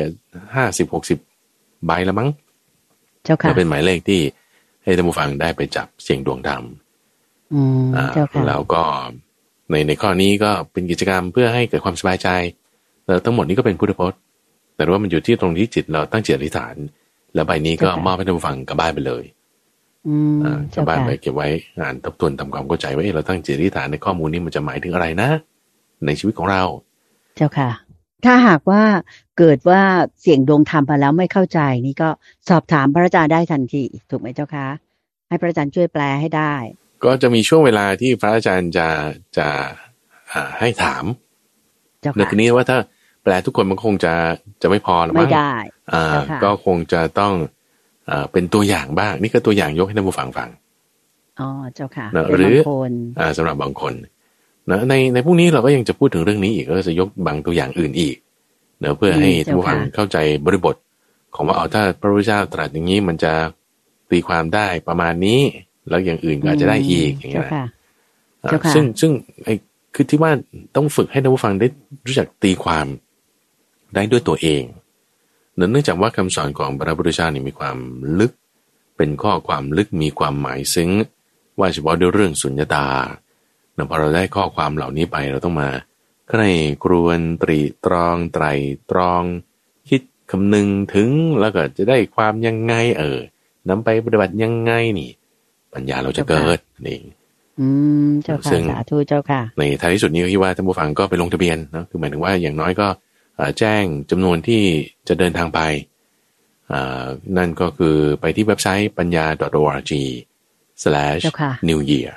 50-60 ใบแล้วมั้ง
เจ้าค่ะ
เป็นหมายเลขที่ให้ท่านผู้ฟังได้ไปจับเสียงดวงธรรมแล้วก็ในข้อนี้ก็เป็นกิจกรรมเพื่อให้เกิดความสบายใจแล้วทั้งหมดนี้ก็เป็นพุทธพจน์แต่ว่ามันอยู่ที่ตรงที่จิตเราตั้งจิตอธิษฐานแล้วใบนี้ก็มอบให้ท่านผู้ฟังกลับบ้านไปเลยกลับบ้านไปเก็บไว้อ่านทบทวนทำความเข้าใจว่าเราตั้งจิตอธิษฐานในข้อมูลนี้มันจะหมายถึงอะไรนะในชีวิตของเรา
เจ้าค่ะถ้าหากว่าเกิดว่าเสียงดวงธรรมมาแล้วไม่เข้าใจนี่ก็สอบถามพระอาจารย์ได้ทันทีถูกไหมเจ้าคะให้พระอาจารย์ช่วยแปลให้ได้
ก็จะมีช่วงเวลาที่พระอาจารย์จะให้ถามในทีนี้ว่าถ้าแปลทุกคนมันคงจะไม่พอหรอกมั้ง
ไม่ได้
ก็คงจะต้องเป็นตัวอย่างบ้างนี่ก็ตัวอย่างยกให้ท่านผู้ฟังฟัง
เจ้าค่ะ
หรือสำหรับบางคนนะในพวกนี้เราก็ยังจะพูดถึงเรื่องนี้อีกก็จะยกบางตัวอย่างอื่นอีกเพื่อให้ท่านผู้ฟังเข้าใจบริบทของว่าถ้าพระพุทธเจ้าตรัสอย่างนี้มันจะตีความได้ประมาณนี้แล้วอย่างอื่นก็อาจจะได้อีกอย่างเงี้ยซึ่งไอ้คือที่ว่าต้องฝึกให้ท่านผู้ฟังได้รู้จักตีความได้ด้วยตัวเองเนื่องจากว่าคำสอนของพระพุทธเจ้านี่มีความลึกเป็นข้อความลึกมีความหมายซึ้งว่าเฉพาะด้วยเรื่องสุญญตาพอเราได้ข้อความเหล่านี้ไปเราต้องมาใคร่ครวญตรีตรองไตรตรองคิดคำนึงถึงแล้วก็จะได้ความยังไงนำไปปฏิบัติยังไงนี่ปัญญาเราจะเกิดนี่
เจ้าค่ะสาธุเจ้าค่ะ
ในท้ายที่สุดนี้ก็คิดว่าท่านผู้ฟังก็ไปลงทะเบียนนะคือหมายถึงว่าอย่างน้อยก็แจ้งจำนวนที่จะเดินทางไปนั่นก็คือไปที่เว็บไซต์ปัญญา .org/new year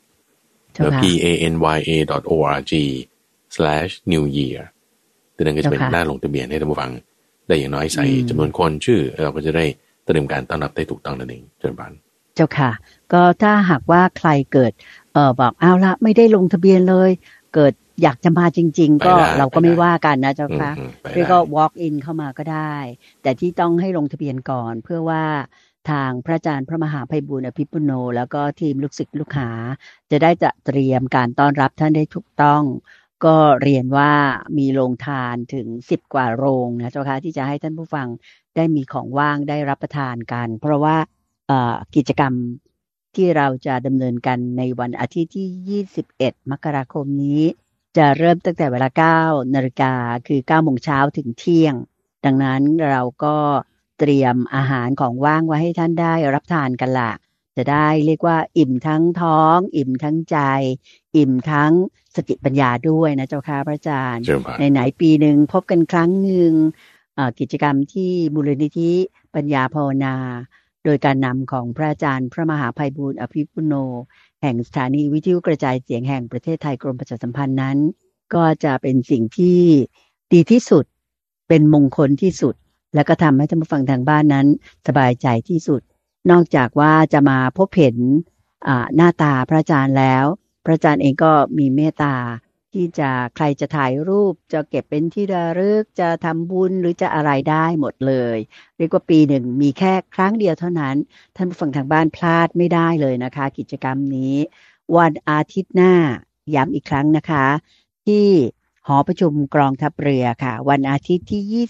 panya.org/new year ตัวนั้นก็จะเป็นหน้าลงทะเบียนให้ท่านผู้ฟังได้อย่างน้อยใส่จำนวนคนชื่อเราก็จะได้เตรียมการต้อนรับได้ถูกต้องนั่นเองเชิญบาน
เจ้าค่ะก็ถ้าหากว่าใครเกิดบอกเอาละไม่ได้ลงทะเบียนเลยเกิดอยากจะมาจริงๆก็เราก็ไม่ว่ากันนะเจ้าค่ะเรียกก็ walk in เข้ามาก็ได้แต่ที่ต้องให้ลงทะเบียนก่อนเพื่อว่าทางพระอาจารย์พระมหาไพบูลย์อภิปุโนแล้วก็ทีมลูกศิษย์ลูกหาจะได้จะเตรียมการต้อนรับท่านได้ถูกต้องก็เรียนว่ามีโรงทานถึง10 กว่าโรงนะเจ้าค่ะที่จะให้ท่านผู้ฟังได้มีของว่างได้รับประทานกันเพราะว่ากิจกรรมที่เราจะดำเนินกันในวันอาทิตย์ที่21 มกราคมนี้จะเริ่มตั้งแต่เวลา 9 นาฬิกาคือ 9 โมงเช้าถึงเที่ยงดังนั้นเราก็เตรียมอาหารของว่างไว้ให้ท่านได้รับทานกันล่ะจะได้เรียกว่าอิ่มทั้งท้องอิ่มทั้งใจอิ่มทั้งสติปัญญาด้วยนะเจ้าค่ะพระอาจารย์ไหนๆปีหนึ่งพบกันครั้งหนึ่งกิจกรรมที่มูลนิธิปัญญาภาวนาโดยการนำของพระอาจารย์พระมหาไพบูลย์อภิปุโนแห่งสถานีวิทยุกระจายเสียงแห่งประเทศไทยกรมประชาสัมพันธ์นั้นก็จะเป็นสิ่งที่ดีที่สุดเป็นมงคลที่สุดและก็ทำให้ท่านผู้ฟังทางบ้านนั้นสบายใจที่สุดนอกจากว่าจะมาพบเห็นหน้าตาพระอาจารย์แล้วพระอาจารย์เองก็มีเมตตาที่จะใครจะถ่ายรูปจะเก็บเป็นที่ระลึกจะทำบุญหรือจะอะไรได้หมดเลยเรียกว่าปีหนึ่งมีแค่ครั้งเดียวเท่านั้นท่านผู้ฟังทางบ้านพลาดไม่ได้เลยนะคะกิจกรรมนี้วันอาทิตย์หน้าย้ำอีกครั้งนะคะที่หอประชุมกองทัพเรือค่ะวันอาทิตย์ที่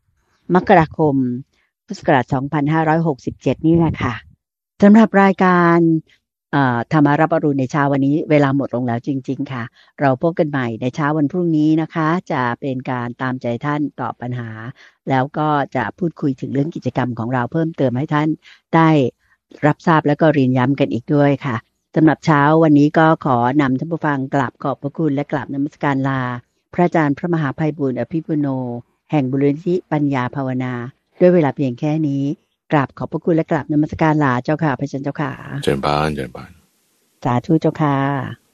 21 มกราคมพุทธศักราช2567นี่แหละค่ะสำหรับรายการธรรมารับอรุณในเช้าวันนี้เวลาหมดลงแล้วจริงๆค่ะเราพบกันใหม่ในเช้าวันพรุ่งนี้นะคะจะเป็นการตามใจท่านตอบปัญหาแล้วก็จะพูดคุยถึงเรื่องกิจกรรมของเราเพิ่มเติมให้ท่านได้รับทราบแล้วก็เรียนย้ำกันอีกด้วยค่ะสำหรับเช้าวันนี้ก็ขอนำท่านผู้ฟังกราบขอบพระคุณและกราบนมัสการลาพระอาจารย์พระมหาไพบูลย์อภิปุโนแห่งมูลนิธิปัญญาภาวนาด้วยเวลาเพียงแค่นี้กราบขอบพระคุณและกราบนมัสการลาเจ้าค่ะพระอาจารย์เจ้าค่ะ
เจริญพรเจริญพร
สาธุเจ้าค่ะ